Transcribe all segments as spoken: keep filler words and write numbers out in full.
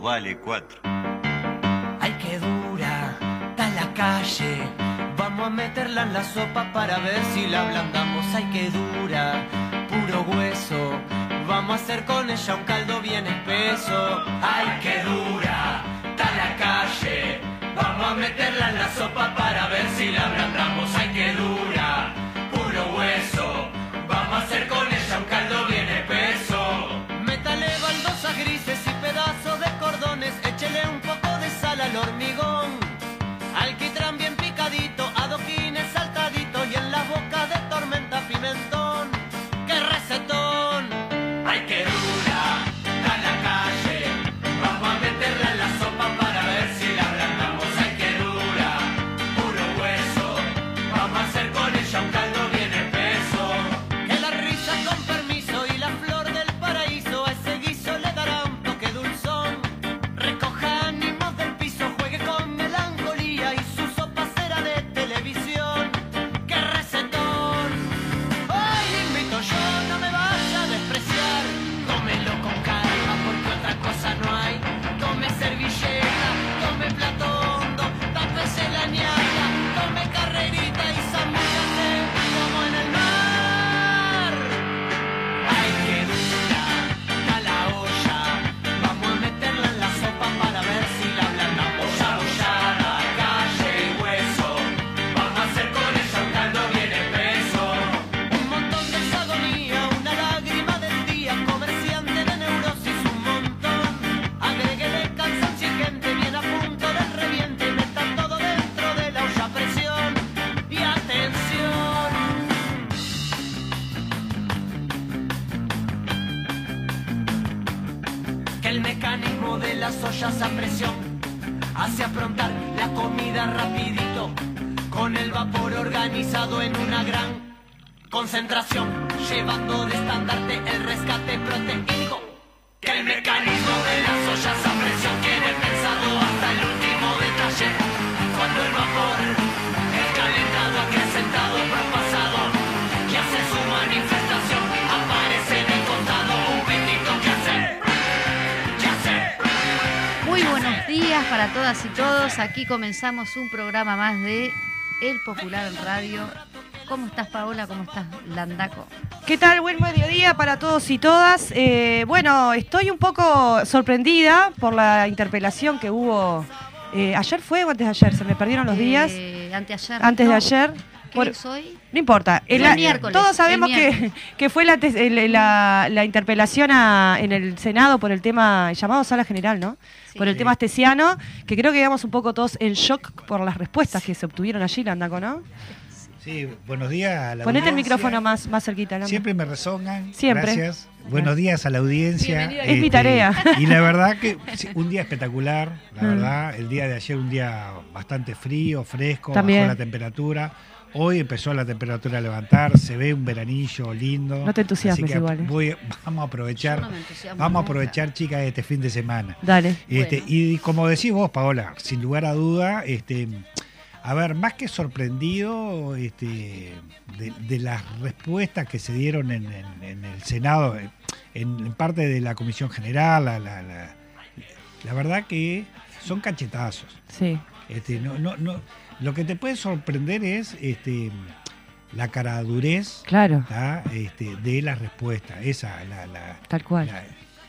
vale cuatro. Ay, qué dura está la calle. Vamos a meterla en la sopa para ver si la ablandamos. Ay, qué dura, puro hueso. Vamos a hacer con ella un caldo bien espeso. Ay, qué dura está la calle. Vamos a meterla en la sopa para ver si la ablandamos. Ay, qué dura, puro hueso. Vamos a hacer con ella un caldo bien espeso. Métale baldosas grises y pedazos de cordones. Échele un poco de sal al hormigón. Alquitrán bien picadito, adoquines saltadito y en las bocas de tormenta pimentón. ¡Qué recetón! ¡Ay, qué dura está la calle! Vamos a meterla en la sopa para ver si la ablandamos. ¡Ay, qué dura! Puro hueso. Vamos a hacer con ella un caldo bien espeso. Que la risa con permiso y la flor del paraíso a ese guiso le dará un toque dulzón. Recoja ánimos del piso, juegue con melancolía y su sopa será de televisión. ¡Qué recetón! Hoy invito yo, no me vaya a despreciar. Tómelo con calma porque otra cosa no hay. Tome servilleta, tome plato hondo, tápese la ñata, tome carrerita y zambúllase como en el mar. Ay, qué dura está la olla. Vamos a meterla en la sopa para ver si la ablandamos. Aullada, calle y hueso. Vamos a hacer con ella un caldo bien espeso. Un montón de agonía, una lágrima del día, comerciante de neurosis, un montón. Agréguele cansancio y gente bien a punto del reviente. Meta todo dentro de la olla a presión. Y atención. Que el mecanismo de las ollas a presión hace aprontar la comida rapidito, con el vapor organizado en una gran concentración, llevando de estandarte el rescate proteínico. Que el mecanismo de las ollas a presión tiene pensado hasta el último detalle. Cuando el vapor, el calentado, acrecentado, propasado, que hace su manifestación, aparece en el contado un pitito que hace, que hace. Muy buenos días para todas y todos. Aquí comenzamos un programa más de El Popular en Radio. ¿Cómo estás, Paola? ¿Cómo estás, Landaco? ¿Qué tal? Buen mediodía para todos y todas. Eh, bueno, estoy un poco sorprendida por la interpelación que hubo. Eh, ¿Ayer fue o antes de ayer? Se me perdieron los días. Eh, anteayer. Antes no, de ayer. ¿Qué Por- es hoy? No importa. El La- miércoles, todos sabemos el que, miércoles. que fue la, te- el- la, la interpelación a- en el Senado por el tema llamado Sala General, ¿no? Sí. Por el tema astesiano, que creo que íbamos un poco todos en shock por las respuestas que se obtuvieron allí, Landaco, ¿no? Sí, buenos días a la Ponete el audiencia. micrófono más, más cerquita, Landa. Siempre me rezongan. Siempre. Gracias. Buenos días a la audiencia. Bienvenida. Es mi tarea. Y la verdad que sí, un día espectacular, la Mm. verdad. El día de ayer un día bastante frío, fresco, También. bajó la temperatura. Hoy empezó la temperatura a levantar, se ve un veranillo lindo. No te entusiasmes Así que igual, ¿eh? voy- vamos a aprovechar, Yo no me entusiasmo vamos a nunca. aprovechar, chicas, este fin de semana. Dale. Este, Bueno. Y como decís vos, Paola, sin lugar a duda, este, a ver, más que sorprendido este, de, de las respuestas que se dieron en, en- en el Senado, en, en parte de la Comisión General, la, la, la- la verdad que son cachetazos. Sí. Este, no, no, no, lo que te puede sorprender es este, la caradurez Claro. ¿tá? Este, de la respuesta, esa, la, la, Tal cual. la-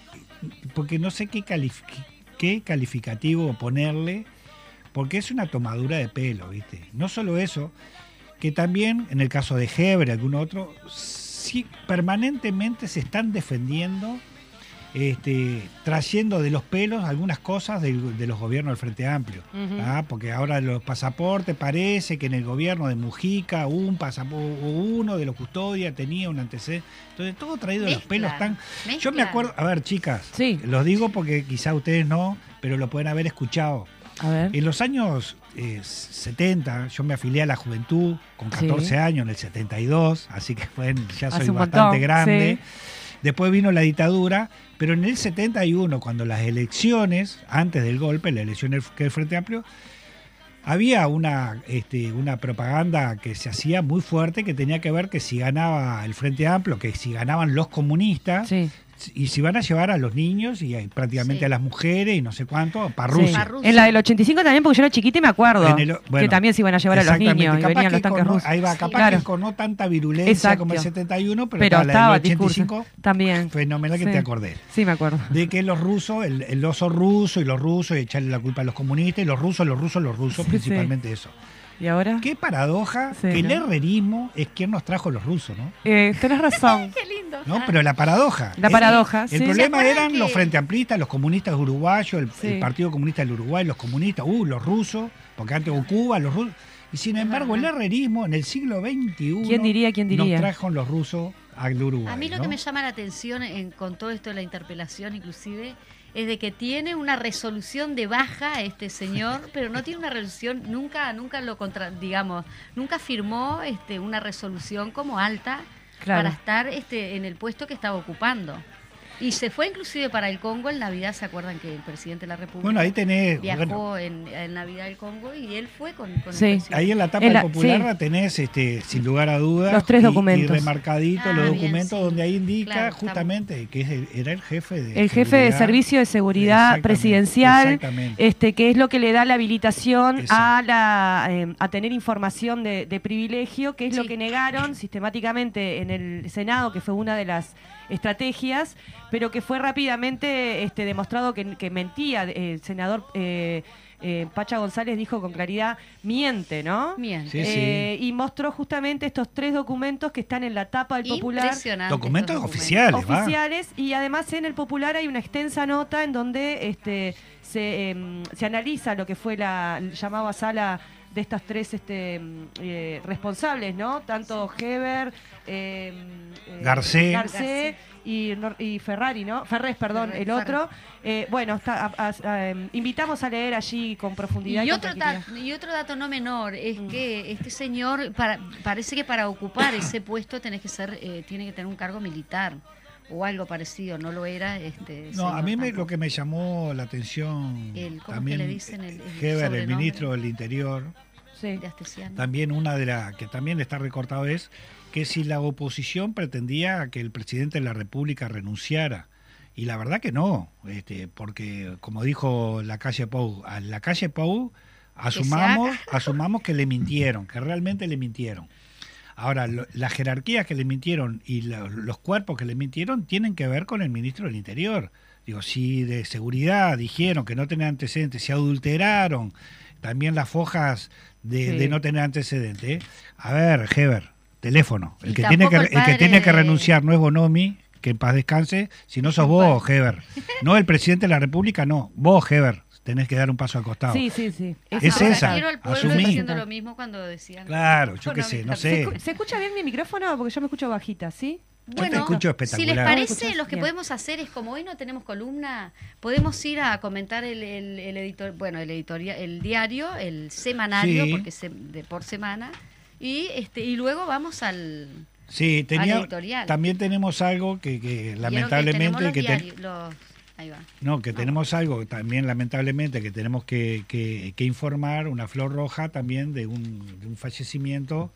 porque no sé qué, calif- qué calificativo ponerle, porque es una tomadura de pelo, ¿viste? No solo eso, que también en el caso de Heber, algún otro, sí, permanentemente se están defendiendo, este, trayendo de los pelos algunas cosas del- de, los gobiernos del Frente Amplio. Ujú. ¿ah? Porque ahora los pasaportes parece que en el gobierno de Mujica un pasaporte, uno de los custodias tenía un antecedente. Entonces todo traído de los pelos Mezclan, tan... Yo me mezclan. acuerdo, a ver, chicas, Sí. los digo porque quizá ustedes no, pero lo pueden haber escuchado. A ver. En los años eh, setenta, yo me afilié a la juventud con catorce Sí. años, en el setenta y dos, así que bueno, ya Hace soy un bastante montón, grande. sí. Después vino la dictadura, pero en el setenta y uno, cuando las elecciones, antes del golpe, la elección del que el Frente Amplio, había una, este, una propaganda que se hacía muy fuerte que tenía que ver que si ganaba el Frente Amplio, que si ganaban los comunistas, Sí. y si van a llevar a los niños y a- prácticamente Sí. a las mujeres y no sé cuánto, para Sí. Rusia. Para Rusia. En la del ochenta y cinco también, porque yo era chiquita y me acuerdo En el- bueno, que también se iban a llevar a los exactamente, niños y capaz venían que los tanques con no- rusos. Ahí va, Sí, capaz claro. que con no tanta virulencia Exacto. como el setenta y uno, pero, Pero está, la estaba del el ochenta y discurso cinco, también. fenomenal que Sí. te acordé. Sí, me acuerdo. De que los rusos, el, el oso ruso y los rusos, y echarle la culpa a los comunistas, y los rusos, los rusos, los rusos, Sí, principalmente eso. ¿Y ahora? Qué paradoja Sí, que el ¿no? herrerismo es quien nos trajo los rusos, ¿no? Eh, tenés razón. Qué lindo. ¿No? Pero la paradoja. La El- paradoja, El sí. problema ¿Se acuerdan eran que- los frente amplistas, los comunistas uruguayos, el, Sí. el Partido Comunista del Uruguay, los comunistas, uh, los rusos, porque antes hubo Cuba, los rusos. Y sin embargo, el herrerismo en el siglo veintiuno ¿Quién diría, quién diría? nos trajo los rusos al Uruguay. A mí lo ¿no? que me llama la atención en- con todo esto de la interpelación inclusive es de que tiene una resolución de baja este señor, pero no tiene una resolución, nunca nunca lo contra, digamos, nunca firmó este una resolución como alta Claro. para estar este en el puesto que estaba ocupando. Y se fue inclusive para el Congo en Navidad, ¿se acuerdan que el presidente de la República Bueno, ahí tenés. viajó bueno, en, en Navidad al Congo y él fue con, con Sí. el presidente? ahí en la tapa En la- del Popular sí. la tenés, este, sin lugar a dudas. Los tres y- documentos. Y remarcadito Ah, los bien, documentos sí. donde ahí indica Claro, justamente que es el- era el jefe de. El jefe de seguridad. Servicio de Seguridad Exactamente, Presidencial, exactamente. este, que es lo que le da la habilitación Exacto. a la eh, a tener información de, de privilegio, que es lo Sí. que negaron sistemáticamente en el Senado, que fue una de las estrategias, pero que fue rápidamente este, demostrado que, que mentía. El senador eh, eh, Pacha González dijo con claridad, miente, ¿no? Bien. Sí, Eh, y mostró justamente estos tres documentos que están en la tapa del Popular. Impresionante Documentos estos oficiales, va. Oficiales, y además en el Popular hay una extensa nota en donde este, se, em, se analiza lo que fue la llamada sala de estas tres este, em, eh, responsables, ¿no? Tanto Heber, em, eh, Garcé. Garcé y, Nor- y Ferrari, ¿no? Ferrés, perdón, Ferrés, el otro. Eh, bueno, está, a- a- a- em, invitamos a leer allí con profundidad. Y con otro, tranquilidad. dato, y otro dato no menor es Mm. que este señor para, parece que para ocupar ese puesto tenés que ser eh, tiene que tener un cargo militar o algo parecido, no lo era este No, a señor mí me, tampoco. lo que me llamó la atención El- ¿cómo es que también le dicen el- el Heber, el sobrenombre? ministro del Interior, Sí. de Astesiano. también una de las que también está recortado es que si la oposición pretendía que el presidente de la República renunciara, y la verdad que no, este, porque como dijo la calle Pou, a la calle Pou asumamos, asumamos que le mintieron, que realmente le mintieron. Ahora, lo- las jerarquías que le mintieron y lo- los cuerpos que le mintieron tienen que ver con el ministro del Interior. Digo, si de seguridad dijeron que no tenían antecedentes, se adulteraron también las fojas de, Sí. de no tener antecedentes. A ver, Heber, teléfono. El Y que, tiene que, tampoco el el que padre tiene que de- renunciar no es Bonomi, que en paz descanse, si no sos vos, Heber. No el presidente de la República, no. Vos, Heber, tenés que dar un paso al costado. Sí, sí, sí. Es Ahora, esa, quiero al pueblo asumí. diciendo lo mismo cuando decían. Claro, yo qué sé, no ¿Se, sé. escu- ¿Se escucha bien mi micrófono? Porque yo me escucho bajita, ¿sí? Yo te Bueno, escucho si espectacular. les ¿Me parece, escuchás? lo que Bien. podemos hacer es, como hoy no tenemos columna, podemos ir a comentar el, el, el editor, bueno, el editorial, el diario, el semanario, Sí. porque se, de por semana, y este y luego vamos al Sí, tenía, al editorial. también tenemos algo que, que vieron que lamentablemente tenemos los que ten- diarios, los- ahí va. no que tenemos algo también lamentablemente que tenemos que, que- que informar una flor roja también de un, de un fallecimiento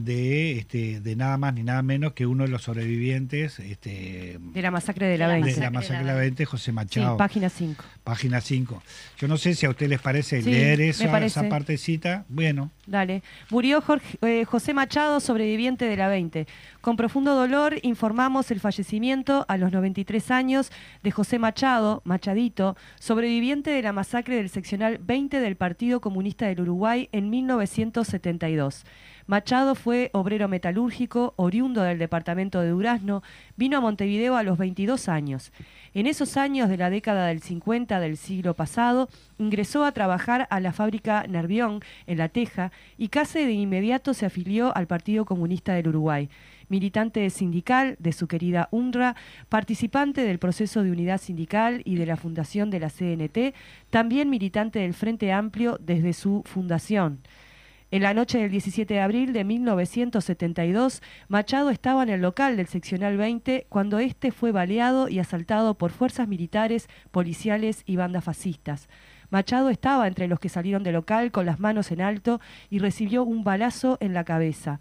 de este de nada más ni nada menos que uno de los sobrevivientes este De la masacre de la De la de veinte. la masacre de la veinte, José Sí, Machado, página cinco. página cinco. Yo no sé si a usted les parece Sí, leer me esa, parece. esa partecita. Bueno, Dale. Murió Jorge- eh, José Machado, sobreviviente de la veinte. Con profundo dolor informamos el fallecimiento a los noventa y tres años de José Machado, Machadito, sobreviviente de la masacre del seccional veinte del Partido Comunista del Uruguay en mil novecientos setenta y dos. Machado fue obrero metalúrgico, oriundo del departamento de Durazno, vino a Montevideo a los veintidós años. En esos años de la década del cincuenta del siglo pasado, ingresó a trabajar a la fábrica Nervión, en La Teja, y casi de inmediato se afilió al Partido Comunista del Uruguay. Militante sindical de su querida U N R A, participante del proceso de unidad sindical y de la fundación de la C N T, también militante del Frente Amplio desde su fundación. En la noche del diecisiete de abril de mil novecientos setenta y dos, Machado estaba en el local del seccional veinte cuando este fue baleado y asaltado por fuerzas militares, policiales y bandas fascistas. Machado estaba entre los que salieron del local con las manos en alto y recibió un balazo en la cabeza.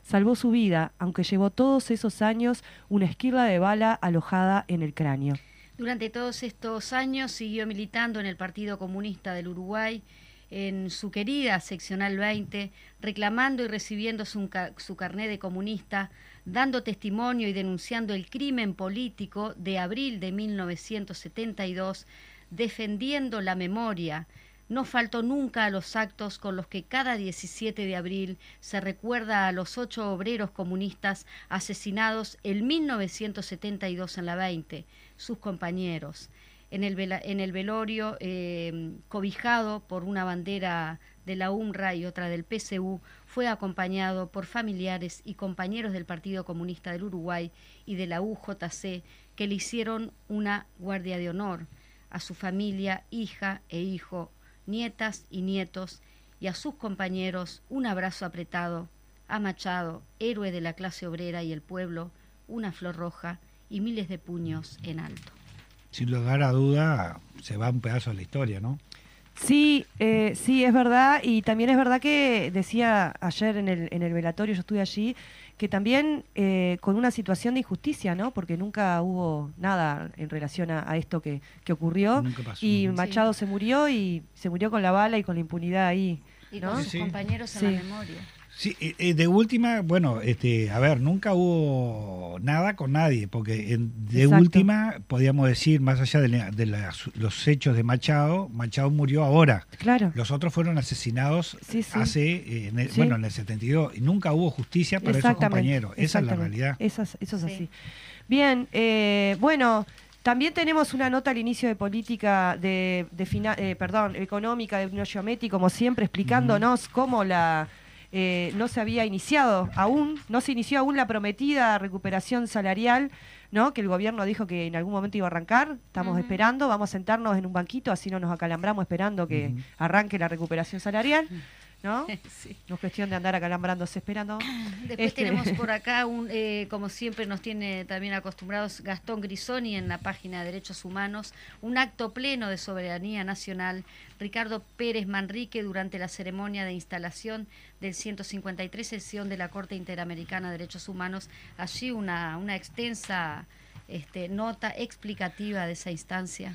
salvó su vida, aunque llevó todos esos años una esquirla de bala alojada en el cráneo. Durante todos estos años siguió militando en el Partido Comunista del Uruguay, en su querida seccional veinte, reclamando y recibiendo su, su carné de comunista, dando testimonio y denunciando el crimen político de abril de mil novecientos setenta y dos, defendiendo la memoria. No faltó nunca a los actos con los que cada diecisiete de abril se recuerda a los ocho obreros comunistas asesinados en mil novecientos setenta y dos en la veinte, sus compañeros. En el, vela, en el velorio, eh, cobijado por una bandera de la U N R W A y otra del P C U, fue acompañado por familiares y compañeros del Partido Comunista del Uruguay y de la U J C, que le hicieron una guardia de honor a su familia, hija e hijo, nietas y nietos, y a sus compañeros un abrazo apretado, a Machado, héroe de la clase obrera y el pueblo, una flor roja y miles de puños en alto. Sin lugar a duda, se va un pedazo de la historia, ¿no? Sí, eh, sí, es verdad, y también es verdad que decía ayer en el, en el velatorio, yo estuve allí, que también eh, con una situación de injusticia, ¿no? Porque nunca hubo nada en relación a, a esto que, que ocurrió, Nunca pasó. y Machado Sí. se murió y se murió con la bala y con la impunidad ahí, Y ¿no? con sus Sí. compañeros en Sí. la memoria. Sí, eh, eh, de última, bueno, este, a ver, nunca hubo nada con nadie, porque en- de Exacto. última, podíamos decir, más allá de, la- de las- los hechos de Machado, Machado murió ahora. Claro. Los otros fueron asesinados Sí, sí. hace, eh, en el- Sí. bueno, en el setenta y dos, y nunca hubo justicia para esos Exactamente, compañeros. Esa es la exactamente. realidad. Eso es, eso es Sí. así. Bien, eh, bueno, también tenemos una nota al inicio de política, de, de fina- eh, perdón, económica de Bruno Giometti, como siempre, explicándonos cómo la eh, no se había iniciado aún, no se inició aún la prometida recuperación salarial, ¿no? Que el gobierno dijo que en algún momento iba a arrancar. Estamos Ujú. esperando, vamos a sentarnos en un banquito, así no nos acalambramos esperando que Ujú. arranque la recuperación salarial, ¿no? Sí. No es cuestión de andar acalambrándose esperando. Después Este- tenemos por acá, un, eh, como siempre nos tiene también acostumbrados Gastón Grisoni en la página de Derechos Humanos, un acto pleno de soberanía nacional. Ricardo Pérez Manrique durante la ceremonia de instalación del ciento cincuenta y tres sesión de la Corte Interamericana de Derechos Humanos. Allí una, una extensa este, nota explicativa de esa instancia.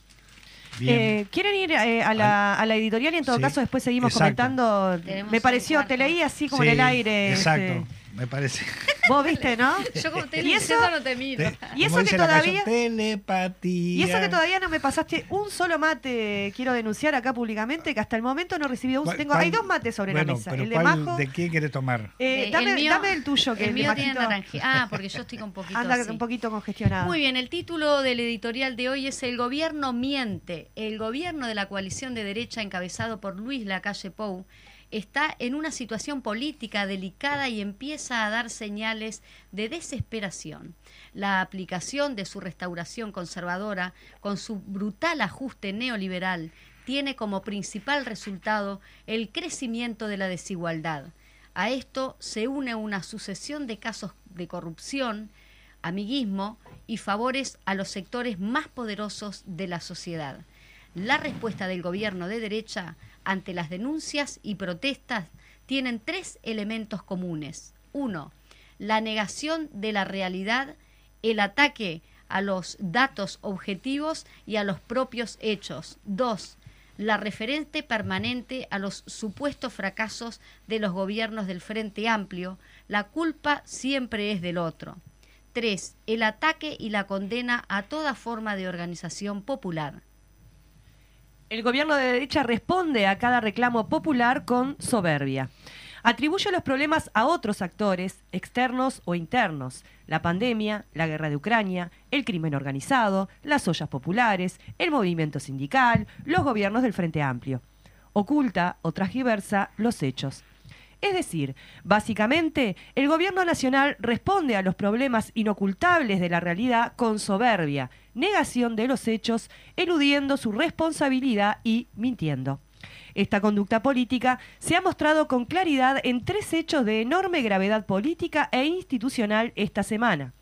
Bien. Eh, ¿Quieren ir eh, a, la, a la editorial y en todo Sí, caso después seguimos exacto. comentando? Tenemos Me un pareció, cuarto. te leí así como Sí, en el aire. Exacto, este, me parece. Vos viste, ¿no? Yo como te ¿Y eso? diciendo no te miro. Te- ¿Y eso como que dice la canción, todavía- telepatía. Y eso que todavía no me pasaste un solo mate, quiero denunciar acá públicamente, que hasta el momento no he recibido un... ¿Cuál- Tengo, cuál- hay dos mates sobre bueno, la mesa. pero El de ¿cuál- Majo... ¿De qué quieres tomar? eh, Eh, dame, el mío- dame el tuyo, que el el de mío tiene Majito naranja. Ah, porque yo estoy con un poquito anda así. un poquito congestionado. Muy bien, el título del editorial de hoy es El gobierno miente. El gobierno de la coalición de derecha encabezado por Luis Lacalle Pou está en una situación política delicada y empieza a dar señales de desesperación. La aplicación de su restauración conservadora, con su brutal ajuste neoliberal, tiene como principal resultado el crecimiento de la desigualdad. A esto se une una sucesión de casos de corrupción, amiguismo y favores a los sectores más poderosos de la sociedad. La respuesta del gobierno de derecha ante las denuncias y protestas tienen tres elementos comunes. Uno, la negación de la realidad, el ataque a los datos objetivos y a los propios hechos. Dos, la referente permanente a los supuestos fracasos de los gobiernos del Frente Amplio. La culpa siempre es del otro. Tres, el ataque y la condena a toda forma de organización popular. El gobierno de derecha responde a cada reclamo popular con soberbia. Atribuye los problemas a otros actores, externos o internos: la pandemia, la guerra de Ucrania, el crimen organizado, las ollas populares, el movimiento sindical, los gobiernos del Frente Amplio. Oculta o transgiversa los hechos. Es decir, básicamente, el gobierno nacional responde a los problemas inocultables de la realidad con soberbia, negación de los hechos, eludiendo su responsabilidad y mintiendo. Esta conducta política se ha mostrado con claridad en tres hechos de enorme gravedad política e institucional esta semana: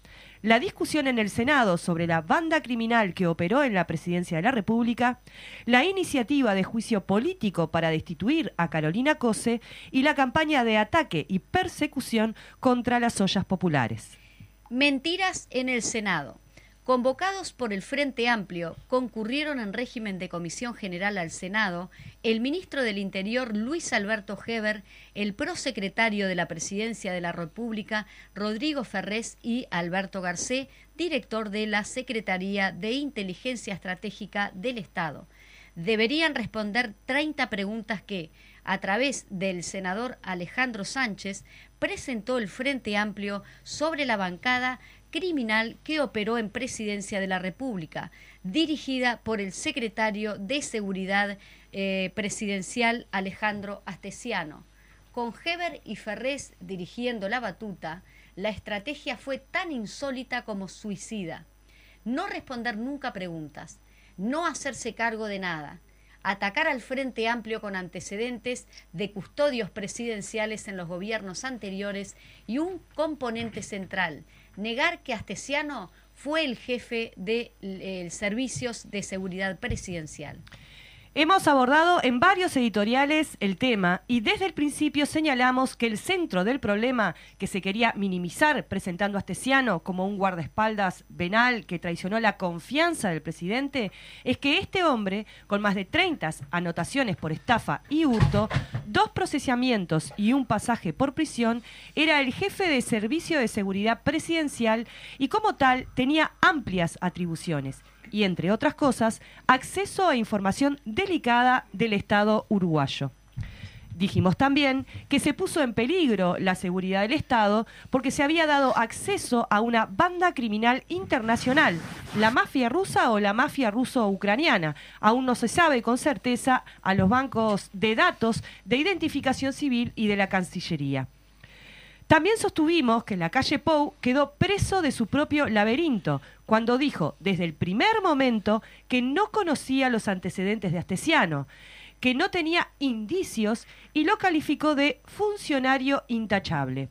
la discusión en el Senado sobre la banda criminal que operó en la Presidencia de la República, la iniciativa de juicio político para destituir a Carolina Cose y la campaña de ataque y persecución contra las ollas populares. Mentiras en el Senado. Convocados por el Frente Amplio, concurrieron en régimen de comisión general al Senado el ministro del Interior Luis Alberto Heber, el prosecretario de la Presidencia de la República Rodrigo Ferrés y Alberto Garcé, director de la Secretaría de Inteligencia Estratégica del Estado. Deberían responder treinta preguntas que, a través del senador Alejandro Sánchez, presentó el Frente Amplio sobre la bancada criminal que operó en Presidencia de la República, dirigida por el secretario de Seguridad eh, Presidencial Alejandro Astesiano. Con Heber y Ferrés dirigiendo la batuta, la estrategia fue tan insólita como suicida. No responder nunca preguntas, no hacerse cargo de nada, atacar al Frente Amplio con antecedentes de custodios presidenciales en los gobiernos anteriores y un componente central, negar que Astesiano fue el jefe de eh, servicios de seguridad presidencial. Hemos abordado en varios editoriales el tema y desde el principio señalamos que el centro del problema que se quería minimizar presentando a Astesiano como un guardaespaldas venal que traicionó la confianza del presidente es que este hombre, con más de treinta anotaciones por estafa y hurto, dos procesamientos y un pasaje por prisión, era el jefe de Servicio de Seguridad Presidencial y como tal tenía amplias atribuciones y, entre otras cosas, acceso a información delicada del Estado uruguayo. Dijimos también que se puso en peligro la seguridad del Estado porque se había dado acceso a una banda criminal internacional, la mafia rusa o la mafia ruso-ucraniana. Aún no se sabe con certeza a los bancos de datos de identificación civil y de la Cancillería. También sostuvimos que en la calle Pou quedó preso de su propio laberinto, cuando dijo desde el primer momento que no conocía los antecedentes de Astesiano, que no tenía indicios y lo calificó de funcionario intachable.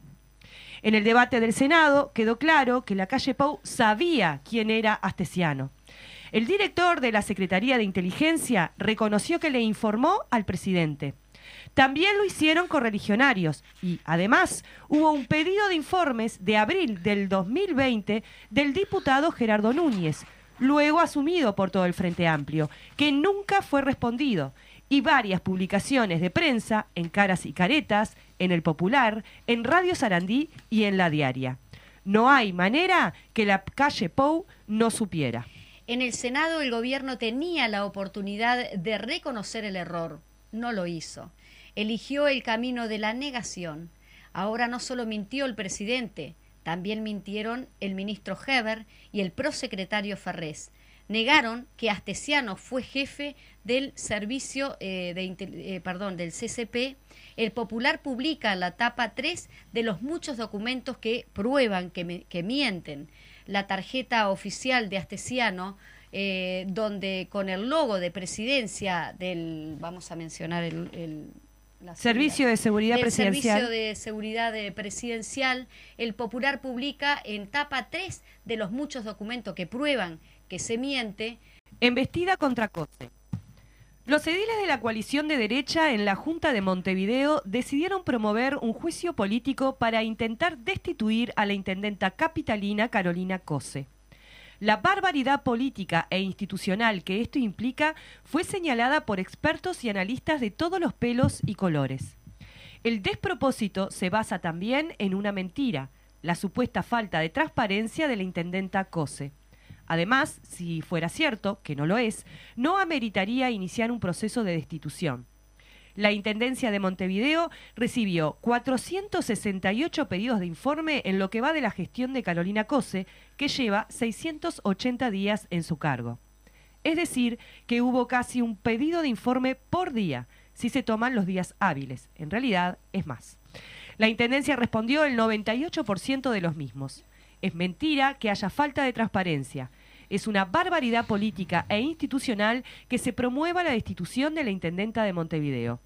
En el debate del Senado quedó claro que la calle Pou sabía quién era Astesiano. El director de la Secretaría de Inteligencia reconoció que le informó al presidente. También lo hicieron correligionarios y, además, hubo un pedido de informes de abril del dos mil veinte del diputado Gerardo Núñez, luego asumido por todo el Frente Amplio, que nunca fue respondido, y varias publicaciones de prensa en Caras y Caretas, en El Popular, en Radio Sarandí y en La Diaria. No hay manera que la calle Pou no supiera. En el Senado el gobierno tenía la oportunidad de reconocer el error. No lo hizo. Eligió el camino de la negación. Ahora no solo mintió el presidente, también mintieron el ministro Heber y el prosecretario Ferrés. Negaron que Astesiano fue jefe del servicio eh, de, eh, perdón, del C C P. El Popular publica la tapa tres de los muchos documentos que prueban que, me, que mienten. La tarjeta oficial de Astesiano, eh, donde con el logo de presidencia del, vamos a mencionar el... el La Servicio de Seguridad del Presidencial. Servicio de Seguridad Presidencial, el Popular publica en tapa tres de los muchos documentos que prueban que se miente. Embestida contra Cose. Los ediles de la coalición de derecha en la Junta de Montevideo decidieron promover un juicio político para intentar destituir a la intendenta capitalina Carolina Cose. La barbaridad política e institucional que esto implica fue señalada por expertos y analistas de todos los pelos y colores. El despropósito se basa también en una mentira, la supuesta falta de transparencia de la intendenta Cose. Además, si fuera cierto, que no lo es, no ameritaría iniciar un proceso de destitución. La Intendencia de Montevideo recibió cuatrocientos sesenta y ocho pedidos de informe en lo que va de la gestión de Carolina Cose, que lleva seiscientos ochenta días en su cargo. Es decir, que hubo casi un pedido de informe por día, si se toman los días hábiles. En realidad, es más. La Intendencia respondió el noventa y ocho por ciento de los mismos. Es mentira que haya falta de transparencia. Es una barbaridad política e institucional que se promueva la destitución de la intendenta de Montevideo.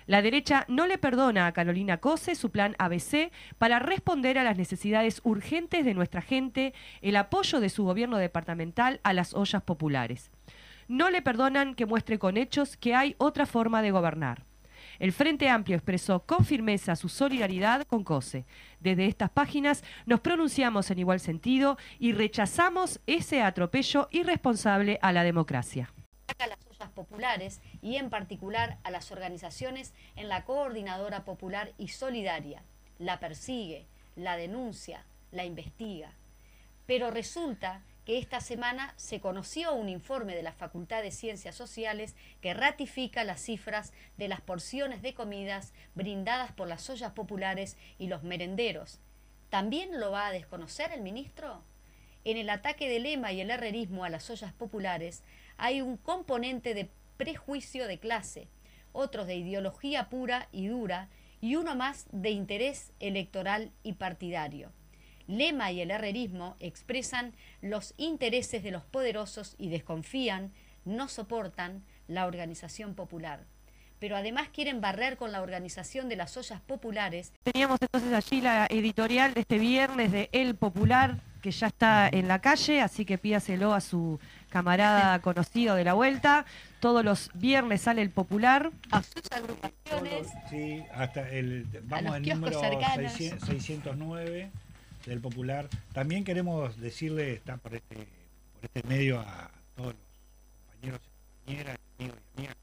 La derecha no le perdona a Carolina Cose su plan A B C para responder a las necesidades urgentes de nuestra gente, el apoyo de su gobierno departamental a las ollas populares. No le perdonan que muestre con hechos que hay otra forma de gobernar. El Frente Amplio expresó con firmeza su solidaridad con Cose. Desde estas páginas nos pronunciamos en igual sentido y rechazamos ese atropello irresponsable a la democracia. A las ollas populares y en particular a las organizaciones en la Coordinadora Popular y Solidaria. La persigue, la denuncia, la investiga. Pero resulta que esta semana se conoció un informe de la Facultad de Ciencias Sociales que ratifica las cifras de las porciones de comidas brindadas por las ollas populares y los merenderos. ¿También lo va a desconocer el ministro? En el ataque de Lema y el herrerismo a las ollas populares hay un componente de prejuicio de clase, otros de ideología pura y dura y uno más de interés electoral y partidario. Lema y el herrerismo expresan los intereses de los poderosos y desconfían, no soportan la organización popular. Pero además quieren barrer con la organización de las ollas populares. Teníamos entonces allí la editorial de este viernes de El Popular, que ya está en la calle, así que pídaselo a su camarada conocido de la vuelta. Todos los viernes sale El Popular. A sus agrupaciones. Sí, hasta el, vamos al número seiscientos nueve del Popular. También queremos decirle, está por este, por este medio, a todos los compañeros y compañeras, amigos y amigas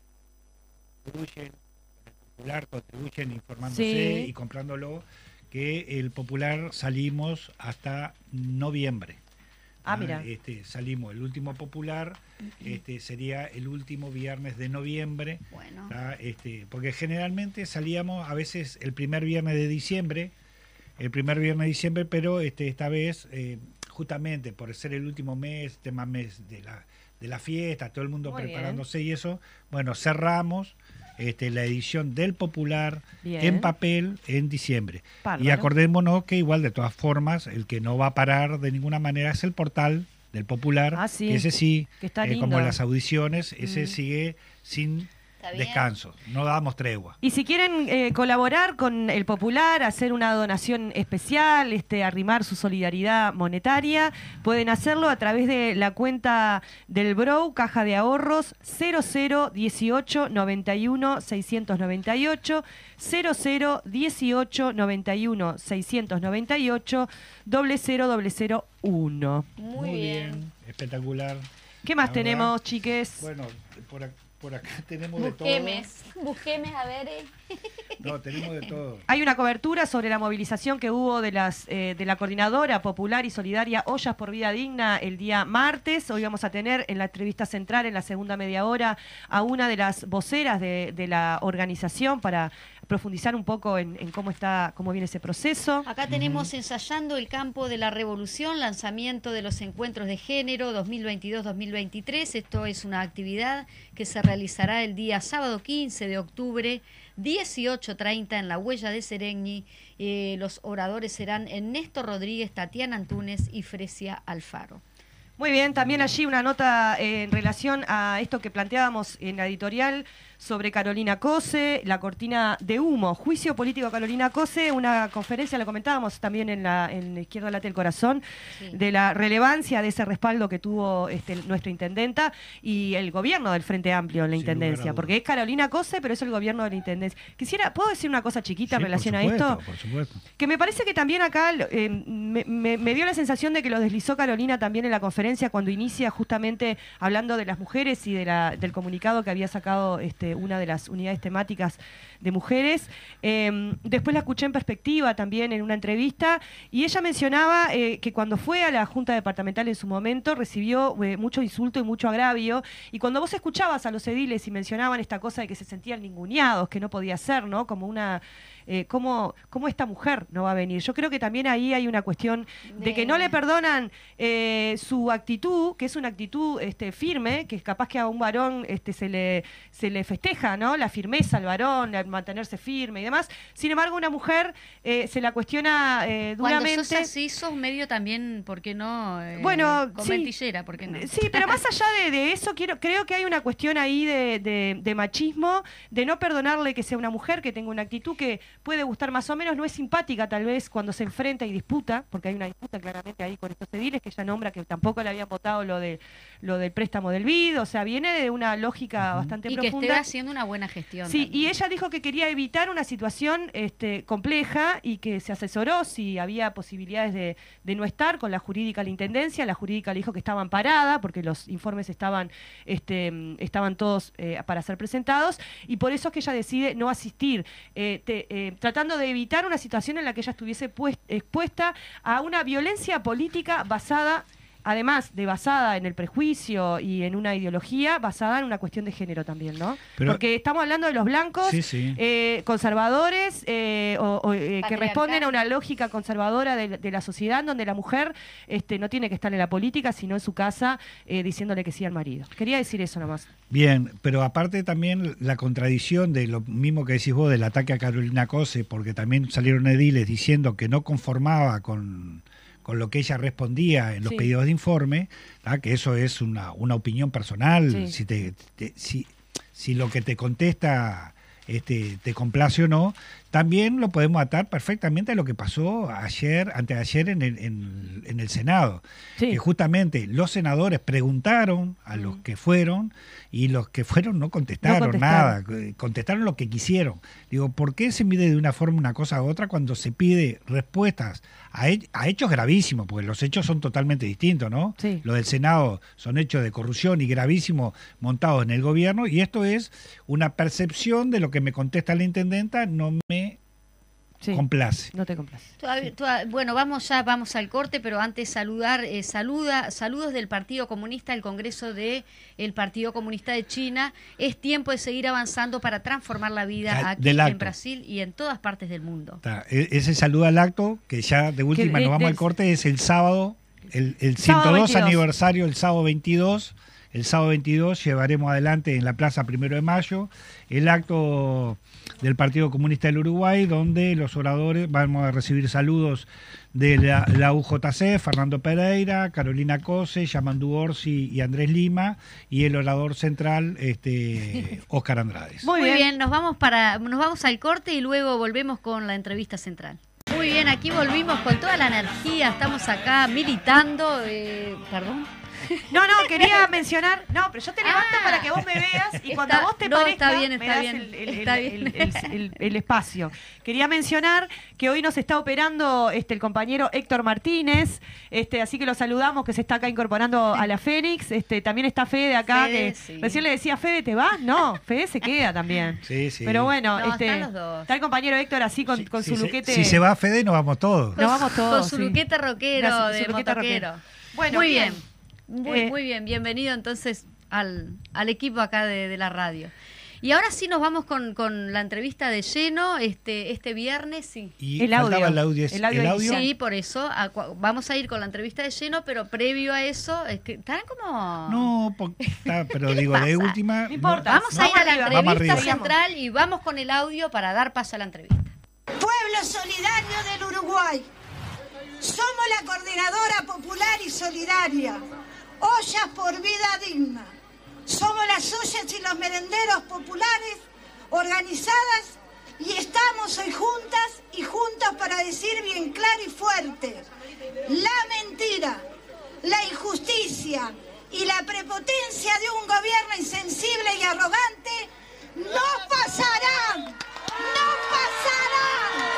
que contribuyen con el Popular, contribuyen informándose Sí. y comprándolo, que el Popular salimos hasta noviembre. Ah, mira. Este, salimos, el último Popular este, sería el último viernes de noviembre. Bueno. ¿tá? Este, porque generalmente salíamos a veces el primer viernes de diciembre, el primer viernes de diciembre, pero este, esta vez, eh, justamente por ser el último mes, tema mes de la, de la fiesta, todo el mundo Muy preparándose bien. Y eso, bueno, cerramos este, la edición del Popular Bien. en papel en diciembre. Bárbaro. Y acordémonos que igual, de todas formas, el que no va a parar de ninguna manera es el portal del Popular, Ah, sí. que ese sí, Que está eh, lindo. como las audiciones, ese Mm. sigue sin Está bien. descanso, no damos tregua. Y si quieren eh, colaborar con El Popular, hacer una donación especial, este, arrimar su solidaridad monetaria, pueden hacerlo a través de la cuenta del B R O W, Caja de Ahorros, cero cero dieciocho noventa y uno seiscientos noventa y ocho, cero cero dieciocho noventa y uno seiscientos noventa y ocho, doble cero doble cero uno. Muy, bien. espectacular. ¿Qué más La tenemos, verdad, chiques? Bueno, por, ac- por acá tenemos de todo. Busquemes, busquemes a ver. eh. No, tenemos de todo. Hay una cobertura sobre la movilización que hubo de las eh, de la Coordinadora Popular y Solidaria Ollas por Vida Digna el día martes. Hoy vamos a tener en la entrevista central, en la segunda media hora, a una de las voceras de, de la organización para profundizar un poco en, en cómo está, cómo viene ese proceso. Acá tenemos ensayando el campo de la revolución, lanzamiento de los encuentros de género dos mil veintidós dos mil veintitrés. Esto es una actividad que se realizará el día sábado quince de octubre, dieciocho treinta en la Huella de Seregni. Eh, los oradores serán Ernesto Rodríguez, Tatiana Antunes y Fresia Alfaro. Muy bien, también allí una nota eh, en relación a esto que planteábamos en la editorial sobre Carolina Cose, la cortina de humo, juicio político a Carolina Cose, una conferencia, la comentábamos también en la, en la izquierda late el corazón, Sí. de la relevancia de ese respaldo que tuvo este, nuestra intendenta y el gobierno del Frente Amplio en la Sin lugar a intendencia, dudas. porque es Carolina Cose, pero es el gobierno de la intendencia. Quisiera, ¿puedo decir una cosa chiquita en Sí, relación por a supuesto, esto? Por supuesto. Que me parece que también acá eh, me, me- me dio la sensación de que lo deslizó Carolina también en la conferencia cuando inicia justamente hablando de las mujeres y de la, del comunicado que había sacado este, una de las unidades temáticas de mujeres. Eh, después la escuché en perspectiva también en una entrevista y ella mencionaba eh, que cuando fue a la Junta Departamental en su momento recibió eh, mucho insulto y mucho agravio, y cuando vos escuchabas a los ediles y mencionaban esta cosa de que se sentían ninguneados, que no podía ser, ¿no? Como una... Eh, ¿cómo, ¿Cómo esta mujer no va a venir? Yo creo que también ahí hay una cuestión de, De- que no le perdonan eh, su actitud, que es una actitud este, firme, que es capaz que a un varón este, se le se le festeja, ¿no? La firmeza al varón, el mantenerse firme y demás. Sin embargo, una mujer eh, se la cuestiona eh, duramente. Cuando sos así, sos medio también, ¿por qué no? Eh, bueno, convertillera, ¿por qué no? Sí, pero más allá de, de eso, quiero, creo que hay una cuestión ahí de, de, de machismo, de no perdonarle que sea una mujer, que tenga una actitud que puede gustar más o menos, no es simpática tal vez cuando se enfrenta y disputa, porque hay una disputa claramente ahí con estos ediles, que ella nombra que tampoco le habían votado lo de lo del préstamo del B I D, o sea, viene de una lógica uh-huh. bastante y profunda. Y que esté haciendo una buena gestión. Sí, también. Y ella dijo que quería evitar una situación este, compleja y que se asesoró si había posibilidades de, de no estar con la jurídica de la Intendencia. La jurídica le dijo que estaba amparada porque los informes estaban, este, estaban todos eh, para ser presentados, y por eso es que ella decide no asistir, eh, te, eh, tratando de evitar una situación en la que ella estuviese pues, expuesta a una violencia política basada, además de basada en el prejuicio y en una ideología basada en una cuestión de género también, ¿no? Pero, porque estamos hablando de los blancos sí, sí. Eh, conservadores eh, o, o, eh, que responden a una lógica conservadora de, de la sociedad, donde la mujer este, no tiene que estar en la política, sino en su casa eh, diciéndole que sí al marido. Quería decir eso nomás. Bien, pero aparte también la contradicción de lo mismo que decís vos del ataque a Carolina Cose, porque también salieron ediles diciendo que no conformaba con... con lo que ella respondía en los sí. pedidos de informe, ¿tá? Que eso es una, una opinión personal, sí. si, te, te, si, si lo que te contesta este, te complace o no, también lo podemos atar perfectamente a lo que pasó ayer, anteayer en el, en, en el Senado, sí. que justamente los senadores preguntaron a los mm. que fueron, y los que fueron no contestaron, no contestaron nada, contestaron lo que quisieron. Digo, ¿por qué se mide de una forma una cosa a otra cuando se pide respuestas a, he a hechos gravísimos? Porque los hechos son totalmente distintos, ¿no? Sí. Los del Senado son hechos de corrupción y gravísimos montados en el gobierno, y esto es una percepción de lo que me contesta la intendenta, no me sí, complace. No te complace. Sí. Bueno, vamos ya, vamos al corte, pero antes saludar, eh, saluda, saludos del Partido Comunista, el Congreso de el Partido Comunista de China. Es tiempo de seguir avanzando para transformar la vida aquí en Brasil y en todas partes del mundo. Está. Ese saludo al acto, que ya de última que, nos vamos de, al corte, es el sábado, el, el ciento dos aniversario, el sábado veintidós. El sábado veintidós llevaremos adelante en la Plaza Primero de Mayo el acto del Partido Comunista del Uruguay, donde los oradores vamos a recibir saludos de la, la U J C, Fernando Pereira, Carolina Cose, Yamandu Orsi y Andrés Lima, y el orador central, este, Óscar Andrade. Muy bien, Muy bien nos, vamos para, nos vamos al corte y luego volvemos con la entrevista central. Muy bien, aquí volvimos con toda la energía, estamos acá militando, eh, perdón. No, no, quería mencionar, no, pero yo te levanto ah, para que vos me veas y cuando está, vos te no, parezca está bien, está me das bien, el, el, está el, bien. El, el, el, el espacio. Quería mencionar que hoy nos está operando este el compañero Héctor Martínez, este, así que lo saludamos, que se está acá incorporando a la Fénix. Este, también está Fede acá, Fede, que sí. recién le decía, Fede, ¿te vas? No, Fede se queda también. Sí, sí. Pero bueno, no, este, están los dos. Está el compañero Héctor así con, sí, con sí, su luquete. Si se va Fede, nos vamos todos. Nos vamos todos. Con su sí. luquete rockero, no, de su luquete motoquero. Rockero. Bueno, muy bien. bien. Muy, eh, muy bien, bienvenido entonces al, al equipo acá de, de la radio. Y ahora sí nos vamos con, con la entrevista de lleno este este viernes. Sí. Y el audio. El audio, el audio, el audio. Sí, por eso a, vamos a ir con la entrevista de lleno, pero previo a eso, es que están como... No, porque, está, pero digo, de última... No importa, no, vamos no, a ir a la entrevista arriba. central y vamos con el audio para dar paso a la entrevista. Pueblo solidario del Uruguay, somos la Coordinadora Popular y Solidaria, Ollas por Vida Digna. Somos las ollas y los merenderos populares organizadas y estamos hoy juntas y juntas para decir bien claro y fuerte: la mentira, la injusticia y la prepotencia de un gobierno insensible y arrogante no pasarán, no pasarán.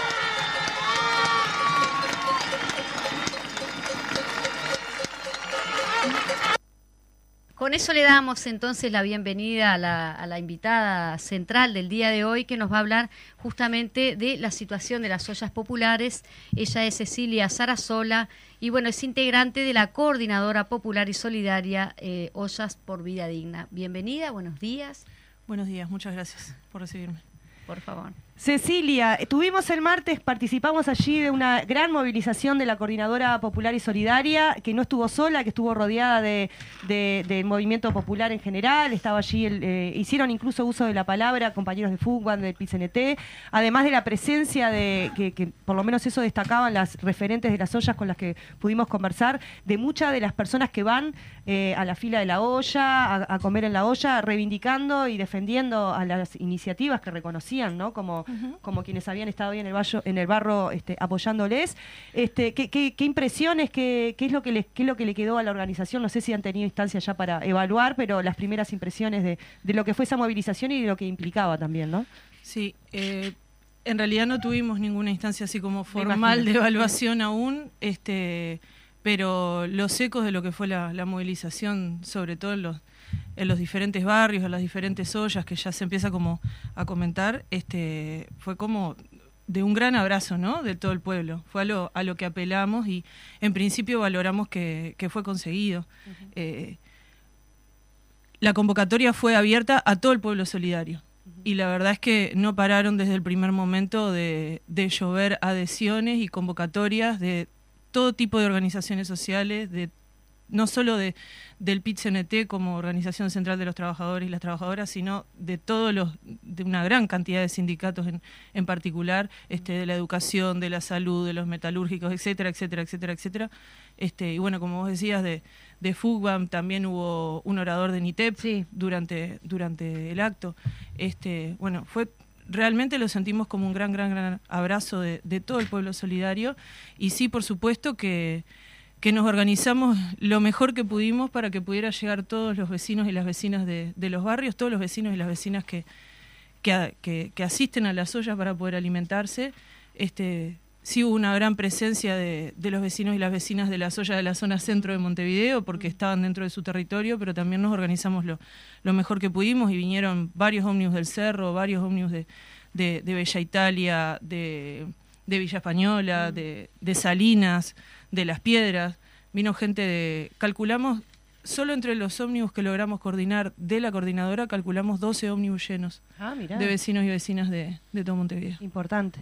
Con eso le damos entonces la bienvenida a la, a la invitada central del día de hoy, que nos va a hablar justamente de la situación de las ollas populares. Ella es Cecilia Sarasola y bueno, es integrante de la Coordinadora Popular y Solidaria eh, Ollas por Vida Digna. Bienvenida, buenos días. Buenos días, muchas gracias por recibirme. por favor. Cecilia, tuvimos el martes, participamos allí de una gran movilización de la Coordinadora Popular y Solidaria, que no estuvo sola, que estuvo rodeada de, de, de movimiento popular en general, estaba allí, el, eh, hicieron incluso uso de la palabra compañeros de Fútbol, del P I C N T, además de la presencia de, que, que por lo menos eso destacaban las referentes de las ollas con las que pudimos conversar, de muchas de las personas que van eh, a la fila de la olla, a, a comer en la olla, reivindicando y defendiendo a las iniciativas que reconocían, ¿no? Como Uh-huh. como quienes habían estado ahí en el, vallo, en el barro este, apoyándoles. Este, ¿qué, qué, qué impresiones, qué, qué, es lo que les, qué es lo que le quedó a la organización? No sé si han tenido instancia ya para evaluar, pero las primeras impresiones de, de lo que fue esa movilización y de lo que implicaba también, ¿no? Sí, eh, en realidad no tuvimos ninguna instancia así como formal de evaluación aún, este, pero los ecos de lo que fue la, la movilización, sobre todo en los en los diferentes barrios, en las diferentes ollas, que ya se empieza como a comentar, este, fue como de un gran abrazo, ¿no?, de todo el pueblo. Fue a lo, a lo que apelamos y en principio valoramos que, que fue conseguido. Uh-huh. eh, la convocatoria fue abierta a todo el pueblo solidario. Uh-huh. Y la verdad es que no pararon desde el primer momento de, de llover adhesiones y convocatorias de todo tipo de organizaciones sociales, de no solo de, del P I C N T como Organización Central de los Trabajadores y las Trabajadoras, sino de todos los, de una gran cantidad de sindicatos en, en particular, este, de la educación, de la salud, de los metalúrgicos, etcétera, etcétera, etcétera, etcétera. Este, y bueno, como vos decías, de, de FUCBAM también hubo un orador de NITEP sí. durante, durante el acto. Este, bueno, fue realmente lo sentimos como un gran, gran, gran abrazo de, de todo el pueblo solidario, y sí, por supuesto que que nos organizamos lo mejor que pudimos para que pudiera llegar todos los vecinos y las vecinas de, de los barrios, todos los vecinos y las vecinas que, que, que, que asisten a las ollas para poder alimentarse. Este, sí hubo una gran presencia de, de los vecinos y las vecinas de las ollas de la zona centro de Montevideo, porque estaban dentro de su territorio, pero también nos organizamos lo, lo mejor que pudimos y vinieron varios ómnibus del Cerro, varios ómnibus de, de, de Bella Italia, de, de Villa Española, de, de Salinas, de Las Piedras. Vino gente de... Calculamos, solo entre los ómnibus que logramos coordinar de la coordinadora, calculamos doce ómnibus llenos ah, de vecinos y vecinas de, de todo Montevideo. Importante.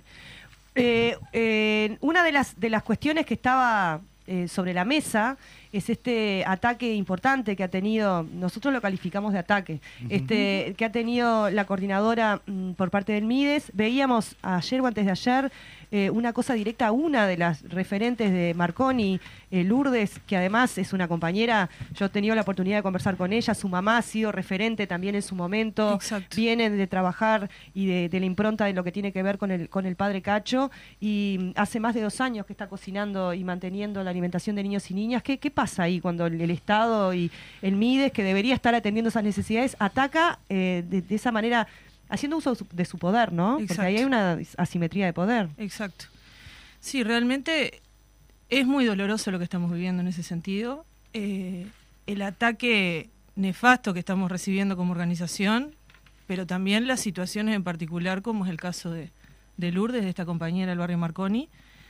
Eh, eh, una de las, de las cuestiones que estaba eh, sobre la mesa es este ataque importante que ha tenido, nosotros lo calificamos de ataque, uh-huh. este que ha tenido la coordinadora mm, por parte del MIDES. Veíamos ayer o antes de ayer eh, una cosa directa a una de las referentes de Marconi, eh, Lourdes, que además es una compañera, yo he tenido la oportunidad de conversar con ella, su mamá ha sido referente también en su momento. Exacto. Vienen de trabajar y de, de la impronta de lo que tiene que ver con el, con el padre Cacho, y hace más de dos años que está cocinando y manteniendo la alimentación de niños y niñas. ¿Qué, qué pasa ahí cuando el, el Estado y el MIDES, que debería estar atendiendo esas necesidades, ataca eh, de, de esa manera, haciendo uso de su poder, ¿no? Exacto. Porque ahí hay una asimetría de poder. Exacto. Sí, realmente es muy doloroso lo que estamos viviendo en ese sentido. Eh, el ataque nefasto que estamos recibiendo como organización, pero también las situaciones en particular, como es el caso de, de Lourdes, de esta compañera del barrio Marconi,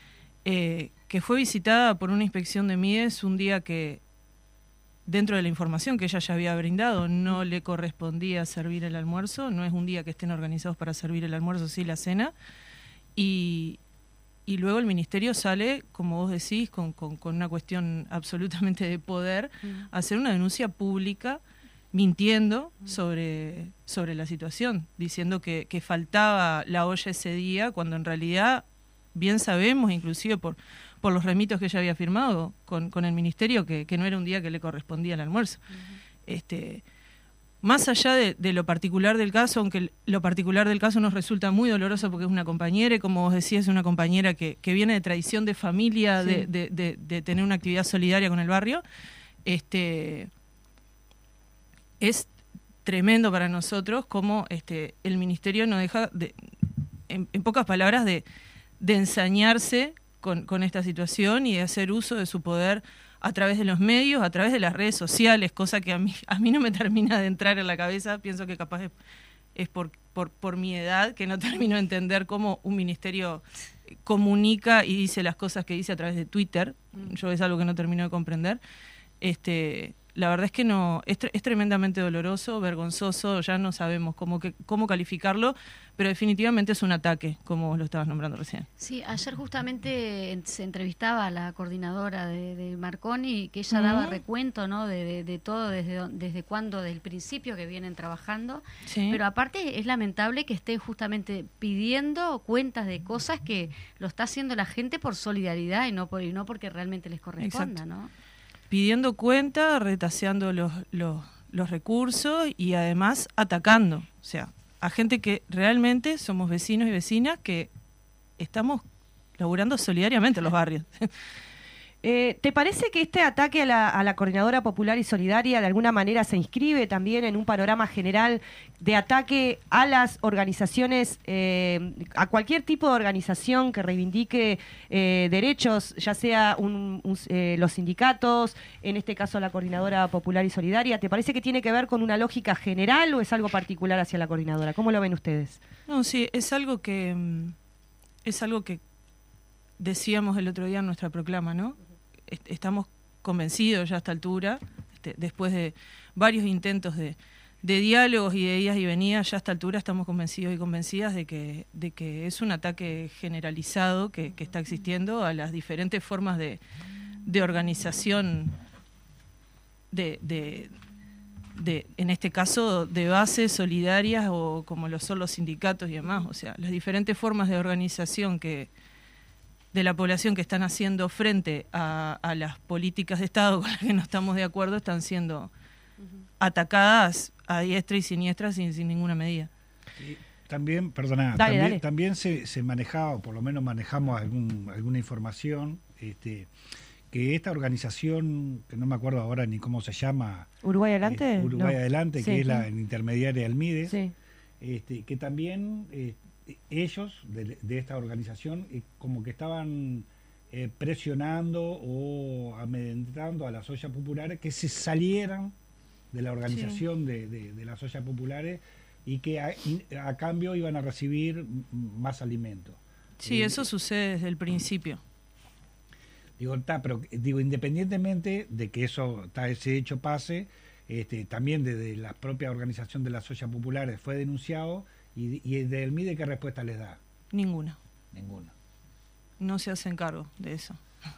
eh, que fue visitada por una inspección de MIDES un día que, dentro de la información que ella ya había brindado, no le correspondía servir el almuerzo. No es un día que estén organizados para servir el almuerzo, sí la cena. Y, y luego el ministerio sale, como vos decís, con, con, con una cuestión absolutamente de poder, mm. a hacer una denuncia pública mintiendo mm. sobre, sobre la situación, diciendo que, que faltaba la olla ese día, cuando en realidad bien sabemos, inclusive por, por los remitos que ella había firmado con, con el ministerio, que, que no era un día que le correspondía el almuerzo. Uh-huh. Este, más allá de, de lo particular del caso, aunque lo particular del caso nos resulta muy doloroso porque es una compañera, y como vos decías, es una compañera que, que viene de tradición de familia, sí. de, de, de, de tener una actividad solidaria con el barrio, este, es tremendo para nosotros como este, el ministerio no deja, de, en, en pocas palabras, de de ensañarse con, con esta situación y de hacer uso de su poder a través de los medios, a través de las redes sociales, cosa que a mí, a mí no me termina de entrar en la cabeza. Pienso que capaz es, es por, por, por mi edad, que no termino de entender cómo un ministerio comunica y dice las cosas que dice a través de Twitter. Yo es algo que no termino de comprender. Este, la verdad es que no, es, tre- es tremendamente doloroso, vergonzoso, ya no sabemos cómo, que, cómo calificarlo, pero definitivamente es un ataque, como vos lo estabas nombrando recién. Sí, ayer justamente en- se entrevistaba a la coordinadora de, de Marconi, que ella daba Ujú. recuento, ¿no? de, de, de todo, desde, don- desde cuándo, desde el principio que vienen trabajando. Sí. Pero aparte es lamentable que esté justamente pidiendo cuentas de cosas que lo está haciendo la gente por solidaridad y no, por, y no porque realmente les corresponda, Exacto. ¿no? Pidiendo cuenta, retaseando los, los, los recursos y además atacando, o sea, a gente que realmente somos vecinos y vecinas que estamos laburando solidariamente en los barrios. Eh, ¿Te parece que este ataque a la, a la Coordinadora Popular y Solidaria de alguna manera se inscribe también en un panorama general de ataque a las organizaciones, eh, a cualquier tipo de organización que reivindique eh, derechos, ya sea un, un, eh, los sindicatos, en este caso la Coordinadora Popular y Solidaria? ¿Te parece que tiene que ver con una lógica general o es algo particular hacia la Coordinadora? ¿Cómo lo ven ustedes? No, sí, es algo que mm, es algo que decíamos el otro día en nuestra proclama, ¿no? Est- Estamos convencidos ya a esta altura, este, después de varios intentos de, de diálogos y de idas y venidas, ya a esta altura estamos convencidos y convencidas de que, de que es un ataque generalizado que, que está existiendo a las diferentes formas de, de organización de, de, de, en este caso, de bases solidarias o como lo son los sindicatos y demás. O sea, las diferentes formas de organización que de la población que están haciendo frente a, a las políticas de Estado con las que no estamos de acuerdo están siendo uh-huh. atacadas a diestra y siniestra sin, sin ninguna medida. Sí, también, perdona, Dale, también, dale. también se, se manejaba, o por lo menos manejamos algún, alguna información, este, que esta organización, que no me acuerdo ahora ni cómo se llama, ¿Uruguay Adelante? eh, Uruguay No. Adelante, Sí. que es la intermediaria del MIDES, Sí. este, que también eh, ellos de, de esta organización eh, como que estaban eh, presionando o amedrentando a las ollas populares que se salieran de la organización sí. de, de, de las ollas populares y que a, a cambio iban a recibir más alimentos. Sí, eh, eso sucede desde el principio. Digo, ta, pero digo, independientemente de que eso, ta, ese hecho pase, este, también desde la propia organización de las ollas populares fue denunciado. ¿Y, y del MIDE qué respuesta les da? Ninguna. Ninguna. No se hacen cargo de eso.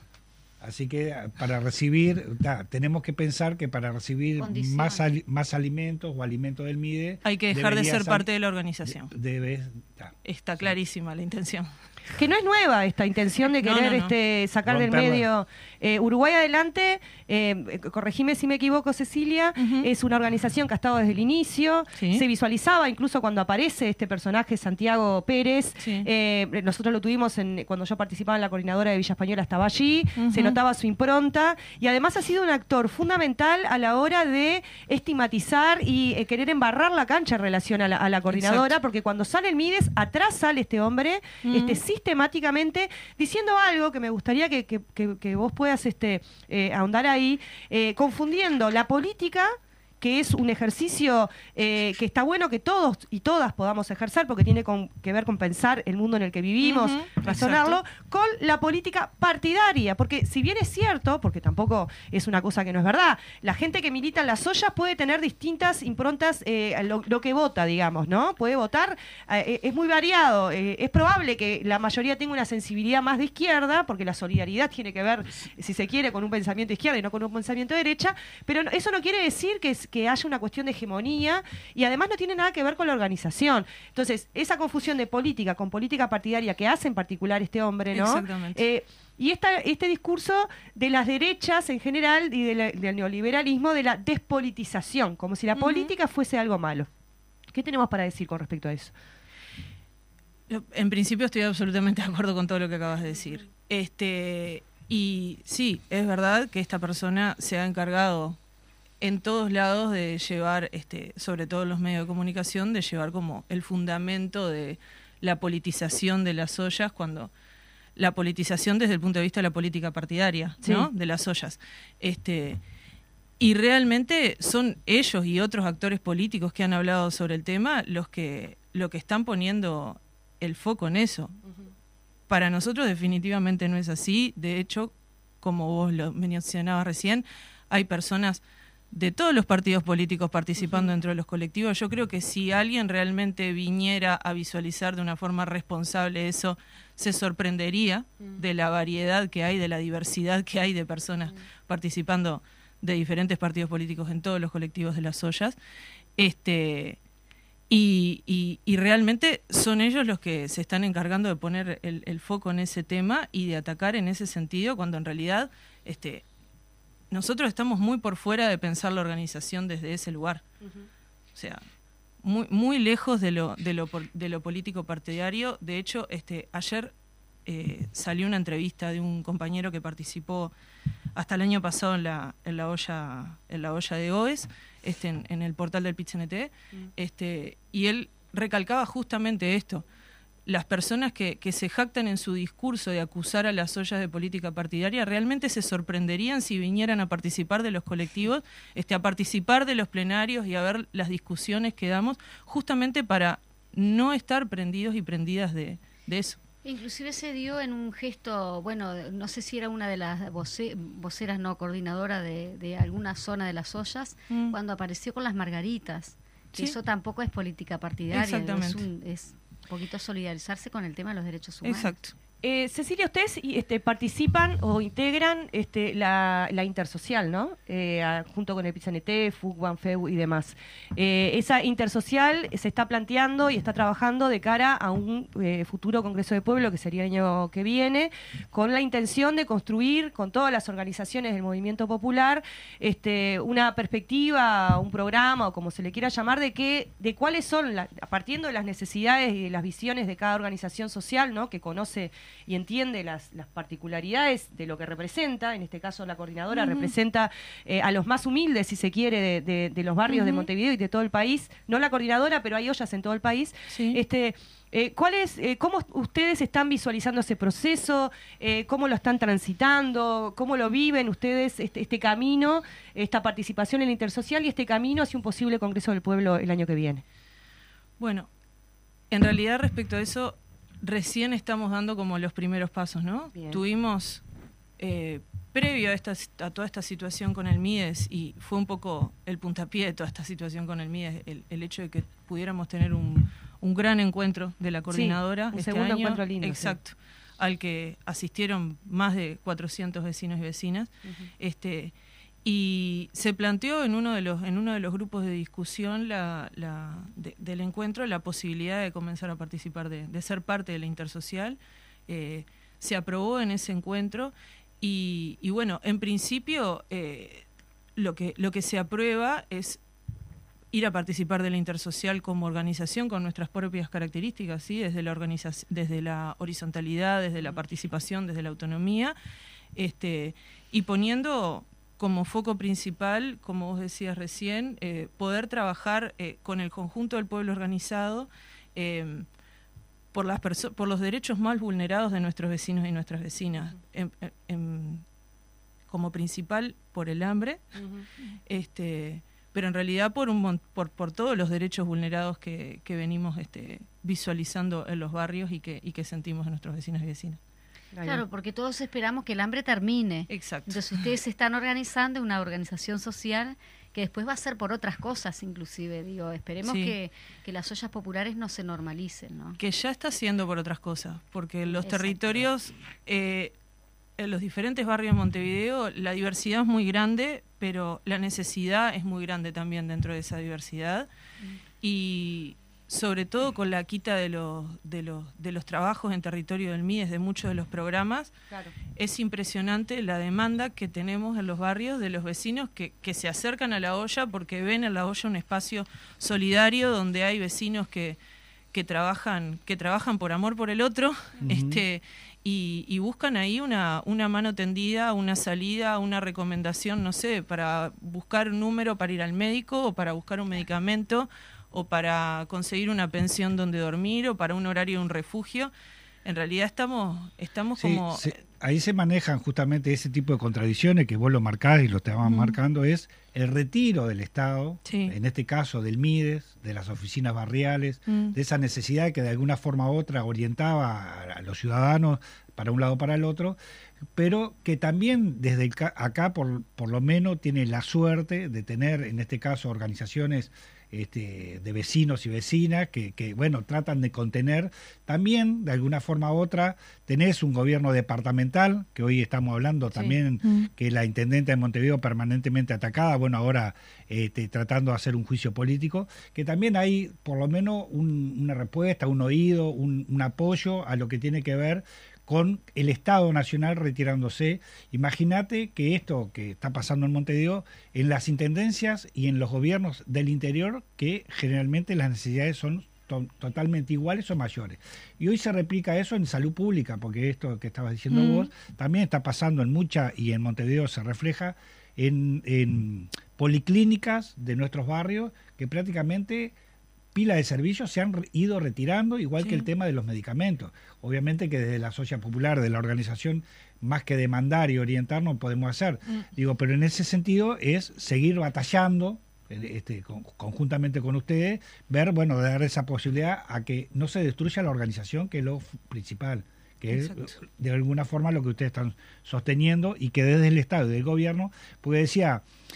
Así que para recibir, ta, tenemos que pensar que para recibir más, al, más alimentos o alimentos del MIDE... Hay que dejar de ser parte de la organización. Debe, ta, Está clarísima sí. la intención. Que no es nueva esta intención de querer no, no, no. Este, sacar Romperla. Del medio. Eh, Uruguay Adelante, eh, corregime si me equivoco, Cecilia, uh-huh. es una organización que ha estado desde el inicio, sí. se visualizaba incluso cuando aparece este personaje, Santiago Pérez, sí. eh, nosotros lo tuvimos en, cuando yo participaba en la coordinadora de Villa Española, estaba allí, uh-huh. se notaba su impronta y además ha sido un actor fundamental a la hora de estigmatizar y eh, querer embarrar la cancha en relación a la, a la coordinadora, exacto. porque cuando sale el MIDES, atrás sale este hombre, uh-huh. este sistemáticamente diciendo algo que me gustaría que, que, que, que vos puedas este, eh, ahondar ahí, eh, confundiendo la política, que es un ejercicio eh, que está bueno que todos y todas podamos ejercer, porque tiene con, que ver con pensar el mundo en el que vivimos, uh-huh, razonarlo, exacto. con la política partidaria, porque si bien es cierto, porque tampoco es una cosa que no es verdad, la gente que milita en las ollas puede tener distintas improntas, eh, lo, lo que vota, digamos, ¿no? Puede votar, eh, es muy variado, eh, es probable que la mayoría tenga una sensibilidad más de izquierda, porque la solidaridad tiene que ver, si se quiere, con un pensamiento izquierda y no con un pensamiento de derecha, pero eso no quiere decir que es que haya una cuestión de hegemonía y además no tiene nada que ver con la organización. Entonces, esa confusión de política con política partidaria que hace en particular este hombre, ¿no? Exactamente. Eh, y esta, este discurso de las derechas en general y de la, del neoliberalismo, de la despolitización, como si la uh-huh. política fuese algo malo. ¿Qué tenemos para decir con respecto a eso? En principio estoy absolutamente de acuerdo con todo lo que acabas de decir. Este, y sí, es verdad que esta persona se ha encargado en todos lados de llevar, este, sobre todo en los medios de comunicación, de llevar como el fundamento de la politización de las ollas, cuando la politización desde el punto de vista de la política partidaria, sí. ¿no? De las ollas. Este, y realmente son ellos y otros actores políticos que han hablado sobre el tema los que, lo que están poniendo el foco en eso. Uh-huh. Para nosotros definitivamente no es así. De hecho, como vos lo mencionabas recién, hay personas de todos los partidos políticos participando uh-huh. dentro de los colectivos. Yo creo que si alguien realmente viniera a visualizar de una forma responsable eso, se sorprendería uh-huh. de la variedad que hay, de la diversidad que hay de personas uh-huh. participando de diferentes partidos políticos en todos los colectivos de las ollas. Este, y, y, y realmente son ellos los que se están encargando de poner el, el foco en ese tema y de atacar en ese sentido, cuando en realidad este, nosotros estamos muy por fuera de pensar la organización desde ese lugar. Uh-huh. O sea, muy, muy lejos de lo, de, lo, de lo político partidario. De hecho, este, ayer eh, salió una entrevista de un compañero que participó hasta el año pasado en la, en la olla, en la olla de O E S, este, en, en el portal del Pit-C N T, mm. este, y él recalcaba justamente esto. Las personas que, que se jactan en su discurso de acusar a las ollas de política partidaria realmente se sorprenderían si vinieran a participar de los colectivos, este, a participar de los plenarios y a ver las discusiones que damos, justamente para no estar prendidos y prendidas de, de eso. Inclusive se dio en un gesto, bueno, no sé si era una de las voce, voceras, no, coordinadora de, de alguna zona de las ollas, mm. cuando apareció con las margaritas, que ¿sí? eso tampoco es política partidaria, exactamente. Es un, es un poquito solidarizarse con el tema de los derechos humanos. Exacto. Eh, Cecilia, ustedes este, participan o integran este, la, la intersocial, ¿no? Eh, a, junto con el Pit-C N T, FUCBAN, F E U y demás. Eh, esa intersocial se está planteando y está trabajando de cara a un eh, futuro Congreso de Pueblo, que sería el año que viene, con la intención de construir con todas las organizaciones del movimiento popular este, una perspectiva, un programa o como se le quiera llamar, de, que, de cuáles son, la, partiendo de las necesidades y de las visiones de cada organización social, ¿no? Que conoce y entiende las, las particularidades de lo que representa. En este caso la coordinadora uh-huh. representa eh, a los más humildes, si se quiere, de, de, de los barrios uh-huh. de Montevideo y de todo el país. No la coordinadora, pero hay ollas en todo el país. Sí. Este, eh, ¿cuál es, eh, ¿Cómo ustedes están visualizando ese proceso? Eh, ¿Cómo lo están transitando? ¿Cómo lo viven ustedes este, este camino, esta participación en la intersocial y este camino hacia un posible Congreso del Pueblo el año que viene? Bueno, en realidad respecto a eso, recién estamos dando como los primeros pasos, ¿no? Bien. Tuvimos, eh, previo a, esta, a toda esta situación con el MIDES, y fue un poco el puntapié de toda esta situación con el MIDES, el, el hecho de que pudiéramos tener un, un gran encuentro de la coordinadora sí, un este segundo año, encuentro lindo. Exacto, Sí. al que asistieron más de cuatrocientos vecinos y vecinas, uh-huh. este, y se planteó en uno de los en uno de los grupos de discusión la, la, de, del encuentro la posibilidad de comenzar a participar, de, de ser parte de la intersocial. Eh, se aprobó en ese encuentro y, y bueno, en principio eh, lo que lo que se aprueba es ir a participar de la intersocial como organización con nuestras propias características, ¿sí? Desde la organización, desde la horizontalidad, desde la participación, desde la autonomía, este, y poniendo como foco principal, como vos decías recién, eh, poder trabajar eh, con el conjunto del pueblo organizado eh, por, las perso- por los derechos más vulnerados de nuestros vecinos y nuestras vecinas. En, en, en, como principal por el hambre, uh-huh. este, pero en realidad por, un, por, por todos los derechos vulnerados que, que venimos este, visualizando en los barrios y que, y que sentimos en nuestros vecinos y vecinas. Claro, porque todos esperamos que el hambre termine. Exacto. Entonces ustedes se están organizando una organización social que después va a ser por otras cosas, inclusive. Digo, esperemos sí. que, que las ollas populares no se normalicen, ¿no? Que ya está haciendo por otras cosas, porque los Exacto. territorios, eh, en los diferentes barrios de Montevideo, la diversidad es muy grande, pero la necesidad es muy grande también dentro de esa diversidad. Mm. Y sobre todo con la quita de los, de los, de los trabajos en territorio del MIDES, de muchos de los programas, claro. es impresionante la demanda que tenemos en los barrios de los vecinos que, que se acercan a la olla porque ven en la olla un espacio solidario donde hay vecinos que, que, trabajan, que trabajan por amor por el otro, uh-huh. este, y, y buscan ahí una, una mano tendida, una salida, una recomendación, no sé, para buscar un número para ir al médico o para buscar un medicamento, o para conseguir una pensión donde dormir, o para un horario de un refugio. En realidad estamos estamos sí, como sí. ahí se manejan justamente ese tipo de contradicciones que vos lo marcás y lo estabas mm. marcando, es el retiro del Estado, sí. en este caso del MIDES, de las oficinas barriales, mm. de esa necesidad que de alguna forma u otra orientaba a los ciudadanos para un lado o para el otro, pero que también desde el, acá por, por lo menos tiene la suerte de tener en este caso organizaciones Este, de vecinos y vecinas que, que, bueno, tratan de contener. También, de alguna forma u otra, tenés un gobierno departamental, que hoy estamos hablando sí. también, mm. que la intendenta de Montevideo permanentemente atacada, bueno, ahora este, tratando de hacer un juicio político, que también hay por lo menos un, una respuesta, un oído, un, un apoyo a lo que tiene que ver con el Estado Nacional retirándose. Imagínate que esto que está pasando en Montevideo, en las intendencias y en los gobiernos del interior, que generalmente las necesidades son to- totalmente iguales o mayores. Y hoy se replica eso en salud pública, porque esto que estabas diciendo mm. vos, también está pasando en mucha, y en Montevideo se refleja, en, en policlínicas de nuestros barrios, que prácticamente pila de servicios se han ido retirando, igual sí. que el tema de los medicamentos. Obviamente que desde la Sociedad Popular, de la organización, más que demandar y orientar no podemos hacer. Mm. Digo, pero en ese sentido es seguir batallando este, con, conjuntamente con ustedes, ver, bueno, dar esa posibilidad a que no se destruya la organización, que es lo principal, que Exacto. es de alguna forma lo que ustedes están sosteniendo, y que desde el Estado y del gobierno, porque decía...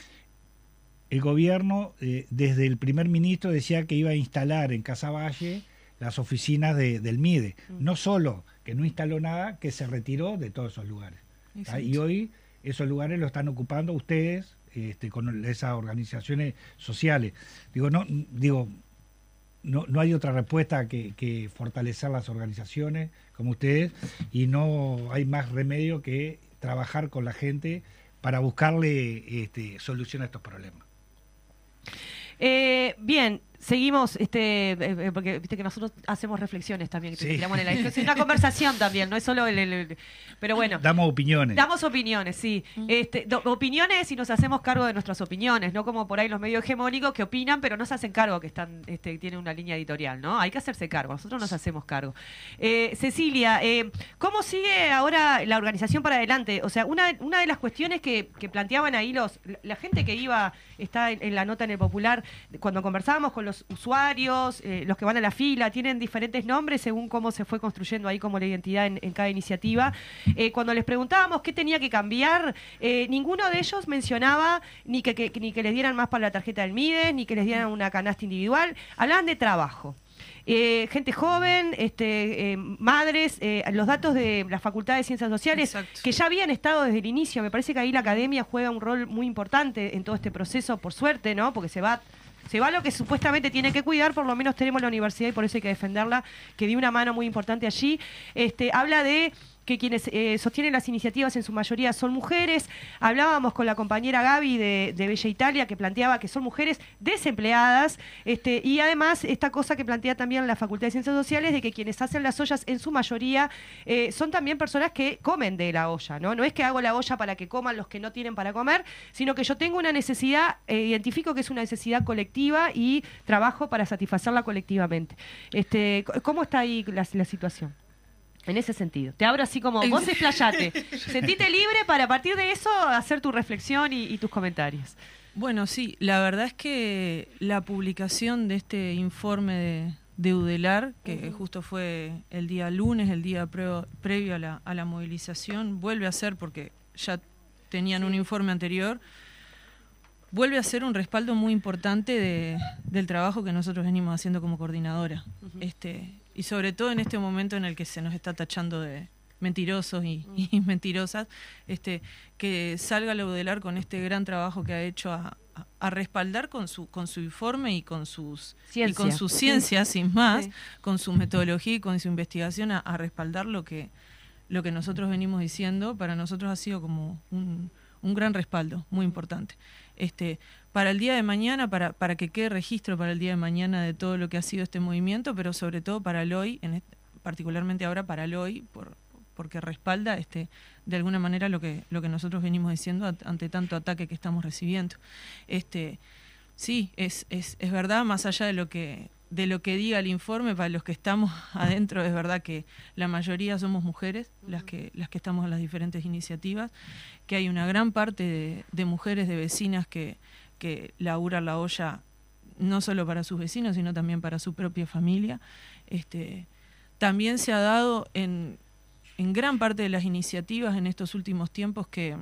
El gobierno, eh, desde el primer ministro, decía que iba a instalar en Casaballe las oficinas de, del MIDE. Mm. No solo que no instaló nada, que se retiró de todos esos lugares. Y hoy esos lugares lo están ocupando ustedes este, con esas organizaciones sociales. Digo, no, digo, no, no hay otra respuesta que, que fortalecer las organizaciones como ustedes, y no hay más remedio que trabajar con la gente para buscarle este, solución a estos problemas. Eh, bien, seguimos, este, eh, porque viste que nosotros hacemos reflexiones también, sí. tiramos en el aire. Es una conversación también, no es solo el, el, el pero bueno. Damos opiniones. Damos opiniones, sí. Mm. Este, do, opiniones y nos hacemos cargo de nuestras opiniones, no como por ahí los medios hegemónicos que opinan, pero no se hacen cargo que están, este, tienen una línea editorial, ¿no? Hay que hacerse cargo, nosotros nos hacemos cargo. Eh, Cecilia, eh, ¿cómo sigue ahora la organización para adelante? O sea, una, una de las cuestiones que, que planteaban ahí los, la gente que iba, está en, en la nota en el Popular, cuando conversábamos con los usuarios, eh, los que van a la fila, tienen diferentes nombres según cómo se fue construyendo ahí como la identidad en, en cada iniciativa. Eh, cuando les preguntábamos qué tenía que cambiar, eh, ninguno de ellos mencionaba ni que, que, ni que les dieran más para la tarjeta del MIDES, ni que les dieran una canasta individual. Hablaban de trabajo. Eh, gente joven, este, eh, madres, eh, los datos de la Facultad de Ciencias Sociales, Exacto. que ya habían estado desde el inicio. Me parece que ahí la academia juega un rol muy importante en todo este proceso, por suerte, ¿no? Porque se va... Se va lo que supuestamente tiene que cuidar, por lo menos tenemos la universidad y por eso hay que defenderla, que dio una mano muy importante allí. Este, habla de que quienes eh, sostienen las iniciativas en su mayoría son mujeres. Hablábamos con la compañera Gaby de, de Bella Italia, que planteaba que son mujeres desempleadas, este, y además esta cosa que plantea también la Facultad de Ciencias Sociales, de que quienes hacen las ollas en su mayoría eh, son también personas que comen de la olla, ¿no? No es que hago la olla para que coman los que no tienen para comer, sino que yo tengo una necesidad, eh, identifico que es una necesidad colectiva y trabajo para satisfacerla colectivamente. Este, ¿cómo está ahí la, la situación? En ese sentido. Te abro así como, vos explayate. Sentite libre para a partir de eso hacer tu reflexión y, y tus comentarios. Bueno, sí, la verdad es que la publicación de este informe de, de UDELAR, que uh-huh. justo fue el día lunes, el día pre, previo a la, a la movilización, vuelve a ser, porque ya tenían un informe anterior, vuelve a ser un respaldo muy importante de, del trabajo que nosotros venimos haciendo como coordinadora. Uh-huh. Este... Y sobre todo en este momento en el que se nos está tachando de mentirosos y, mm. y mentirosas, este, que salga la UDELAR con este gran trabajo que ha hecho a, a, a respaldar con su con su informe y con sus Ciencia. y con sus ciencias, sí. sin más, sí. con su metodología y con su investigación a, a respaldar lo que lo que nosotros venimos diciendo. Para nosotros ha sido como un, un gran respaldo, muy importante. Este, para el día de mañana, para, para que quede registro para el día de mañana de todo lo que ha sido este movimiento, pero sobre todo para el hoy, en este, particularmente ahora para el hoy, por, porque respalda este, de alguna manera lo que, lo que nosotros venimos diciendo ante tanto ataque que estamos recibiendo. Este, sí, es, es, es verdad, más allá de lo que de lo que diga el informe, para los que estamos adentro, es verdad que la mayoría somos mujeres, las que, las que estamos en las diferentes iniciativas, que hay una gran parte de, de mujeres, de vecinas que, que laburan la olla no solo para sus vecinos, sino también para su propia familia. Este, también se ha dado en, en gran parte de las iniciativas en estos últimos tiempos que,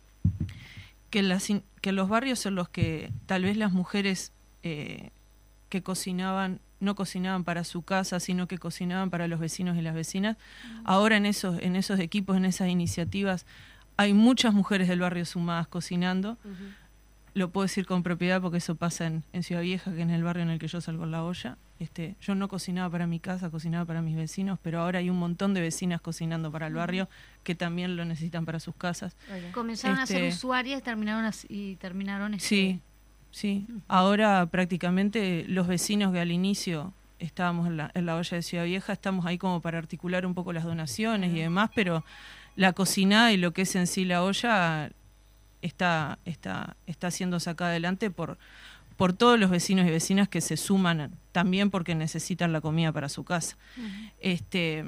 que, las, que los barrios en los que tal vez las mujeres eh, que cocinaban, no cocinaban para su casa, sino que cocinaban para los vecinos y las vecinas, uh-huh. ahora en esos, en esos equipos, en esas iniciativas, hay muchas mujeres del barrio sumadas cocinando. Uh-huh. Lo puedo decir con propiedad porque eso pasa en, en Ciudad Vieja, que es el barrio en el que yo salgo en la olla. Este, yo no cocinaba para mi casa, cocinaba para mis vecinos, pero ahora hay un montón de vecinas cocinando para el barrio que también lo necesitan para sus casas. Comenzaron este, a ser usuarias y terminaron, a, y terminaron este... Sí, sí. Ahora prácticamente los vecinos que al inicio estábamos en la, en la olla de Ciudad Vieja, estamos ahí como para articular un poco las donaciones uh-huh. y demás, pero la cocinada y lo que es en sí la olla está, está, está siendo sacada adelante por... por todos los vecinos y vecinas que se suman también porque necesitan la comida para su casa. Uh-huh. Este,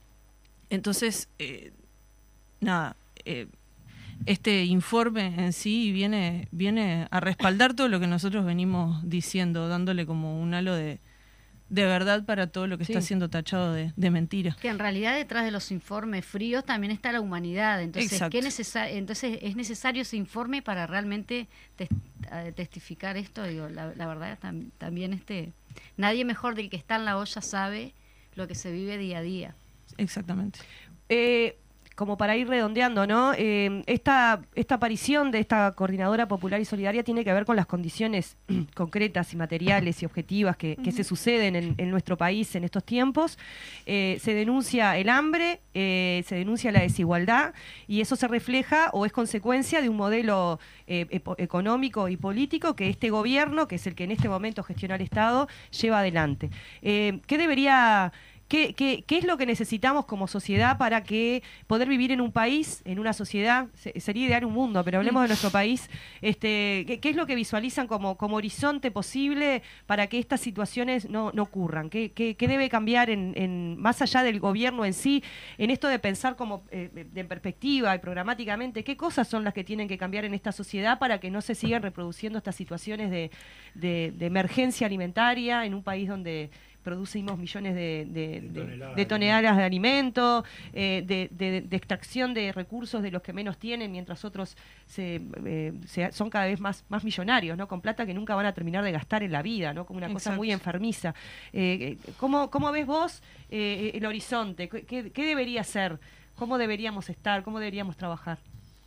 entonces, eh, nada, eh, este informe en sí viene, viene a respaldar todo lo que nosotros venimos diciendo, dándole como un halo de, de verdad para todo lo que sí. está siendo tachado de, de mentira. Que en realidad detrás de los informes fríos también está la humanidad. Entonces, ¿qué necesa- entonces es necesario ese informe para realmente te- testificar esto. Digo, la, la verdad tam- también este nadie mejor del que está en la olla sabe lo que se vive día a día. Exactamente. Eh, como para ir redondeando, ¿no? Eh, esta, esta aparición de esta Coordinadora Popular y Solidaria tiene que ver con las condiciones concretas y materiales y objetivas que, que uh-huh. se suceden en, en nuestro país en estos tiempos. Eh, se denuncia el hambre, eh, se denuncia la desigualdad, y eso se refleja o es consecuencia de un modelo eh, epo- económico y político que este gobierno, que es el que en este momento gestiona el Estado, lleva adelante. Eh, ¿Qué debería... ¿Qué, qué, ¿Qué es lo que necesitamos como sociedad para que poder vivir en un país, en una sociedad, se, sería ideal un mundo, pero hablemos de nuestro país, este, ¿qué, qué es lo que visualizan como, como horizonte posible para que estas situaciones no, no ocurran? ¿Qué, qué, qué debe cambiar en, en, más allá del gobierno en sí, en esto de pensar como eh, de perspectiva y programáticamente, qué cosas son las que tienen que cambiar en esta sociedad para que no se sigan reproduciendo estas situaciones de, de, de emergencia alimentaria en un país donde producimos millones de, de, de, toneladas, de toneladas de alimento, eh, de, de, de extracción de recursos de los que menos tienen, mientras otros se, eh, se, son cada vez más, más millonarios, ¿no? Con plata que nunca van a terminar de gastar en la vida, ¿no? Como una Exacto. cosa muy enfermiza. Eh, ¿cómo, ¿Cómo ves vos eh, el horizonte? ¿Qué, ¿Qué debería ser? ¿Cómo deberíamos estar? ¿Cómo deberíamos trabajar?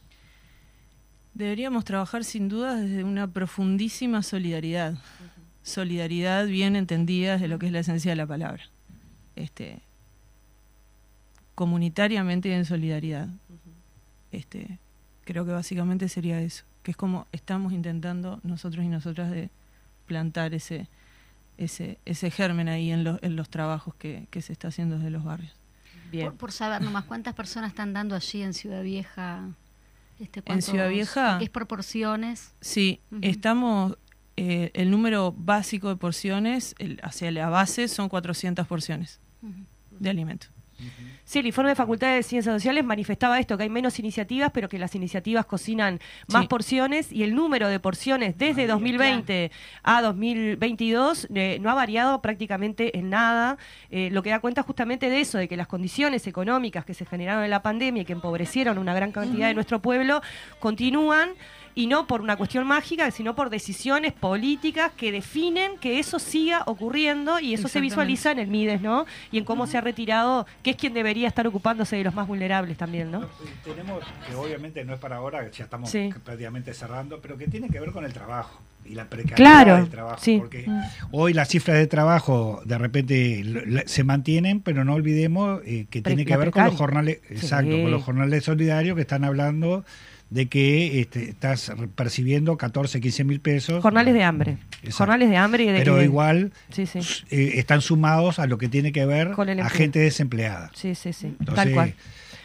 Deberíamos trabajar sin duda desde una profundísima solidaridad. Uh-huh. Solidaridad bien entendida de lo que es la esencia de la palabra. Este, comunitariamente y en solidaridad. Uh-huh. Este, creo que básicamente sería eso, que es como estamos intentando nosotros y nosotras de plantar ese, ese, ese germen ahí en, lo, en los trabajos que, que se está haciendo desde los barrios. Bien. Por, por saber nomás, ¿cuántas personas están dando allí en Ciudad Vieja? Este, en Ciudad Vieja. ¿Qué proporciones? Sí, uh-huh. estamos... Eh, el número básico de porciones, el, hacia la base, son cuatrocientas porciones uh-huh. de alimento. Uh-huh. Sí, el informe de Facultad de Ciencias Sociales manifestaba esto, que hay menos iniciativas, pero que las iniciativas cocinan más sí. porciones, y el número de porciones desde dos mil veinte a dos mil veintidós eh, no ha variado prácticamente en nada, eh, lo que da cuenta justamente de eso, de que las condiciones económicas que se generaron en la pandemia y que empobrecieron una gran cantidad uh-huh. de nuestro pueblo, continúan, y no por una cuestión mágica, sino por decisiones políticas que definen que eso siga ocurriendo, y eso se visualiza en el Mides, ¿no? Y en cómo uh-huh. se ha retirado, que es quien debería estar ocupándose de los más vulnerables también, ¿no? Tenemos, que obviamente no es para ahora, ya estamos sí. prácticamente cerrando, pero que tiene que ver con el trabajo y la precariedad claro, del trabajo, sí. porque uh-huh. hoy las cifras de trabajo de repente l- se mantienen, pero no olvidemos eh, que Pre- tiene que ver precaria. con los jornales, sí. exacto, con los jornales solidarios que están hablando de que este, estás percibiendo catorce, quince mil pesos. Jornales de hambre. Exacto. Jornales de hambre. Y de, Pero y de, igual sí, sí. Eh, están sumados a lo que tiene que ver con el a gente desempleada. Sí, sí, sí. Entonces, tal cual.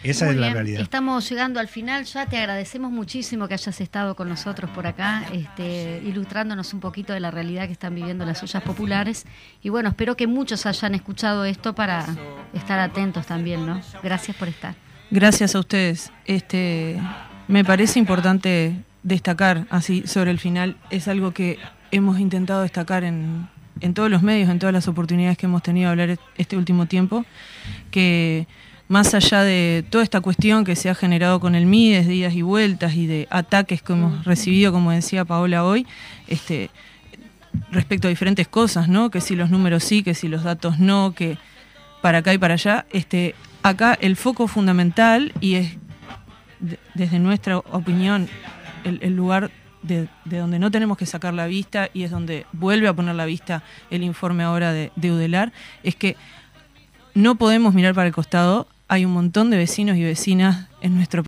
Esa Muy es la bien. realidad. Estamos llegando al final ya. Te agradecemos muchísimo que hayas estado con nosotros por acá, este, ilustrándonos un poquito de la realidad que están viviendo las ollas populares. Y bueno, espero que muchos hayan escuchado esto para estar atentos también, ¿no? Gracias por estar. Gracias a ustedes. Este, me parece importante destacar así sobre el final. Es algo que hemos intentado destacar en, en todos los medios, en todas las oportunidades que hemos tenido de hablar este último tiempo, que más allá de toda esta cuestión que se ha generado con el Mides, de idas y vueltas y de ataques que hemos recibido, como decía Paola hoy, este, respecto a diferentes cosas, ¿no? Que si los números sí, que si los datos no, que para acá y para allá, este, acá el foco fundamental, y es de, desde nuestra opinión el, el lugar de, de donde no tenemos que sacar la vista, y es donde vuelve a poner la vista el informe ahora de, de Udelar, es que no podemos mirar para el costado. Hay un montón de vecinos y vecinas en nuestro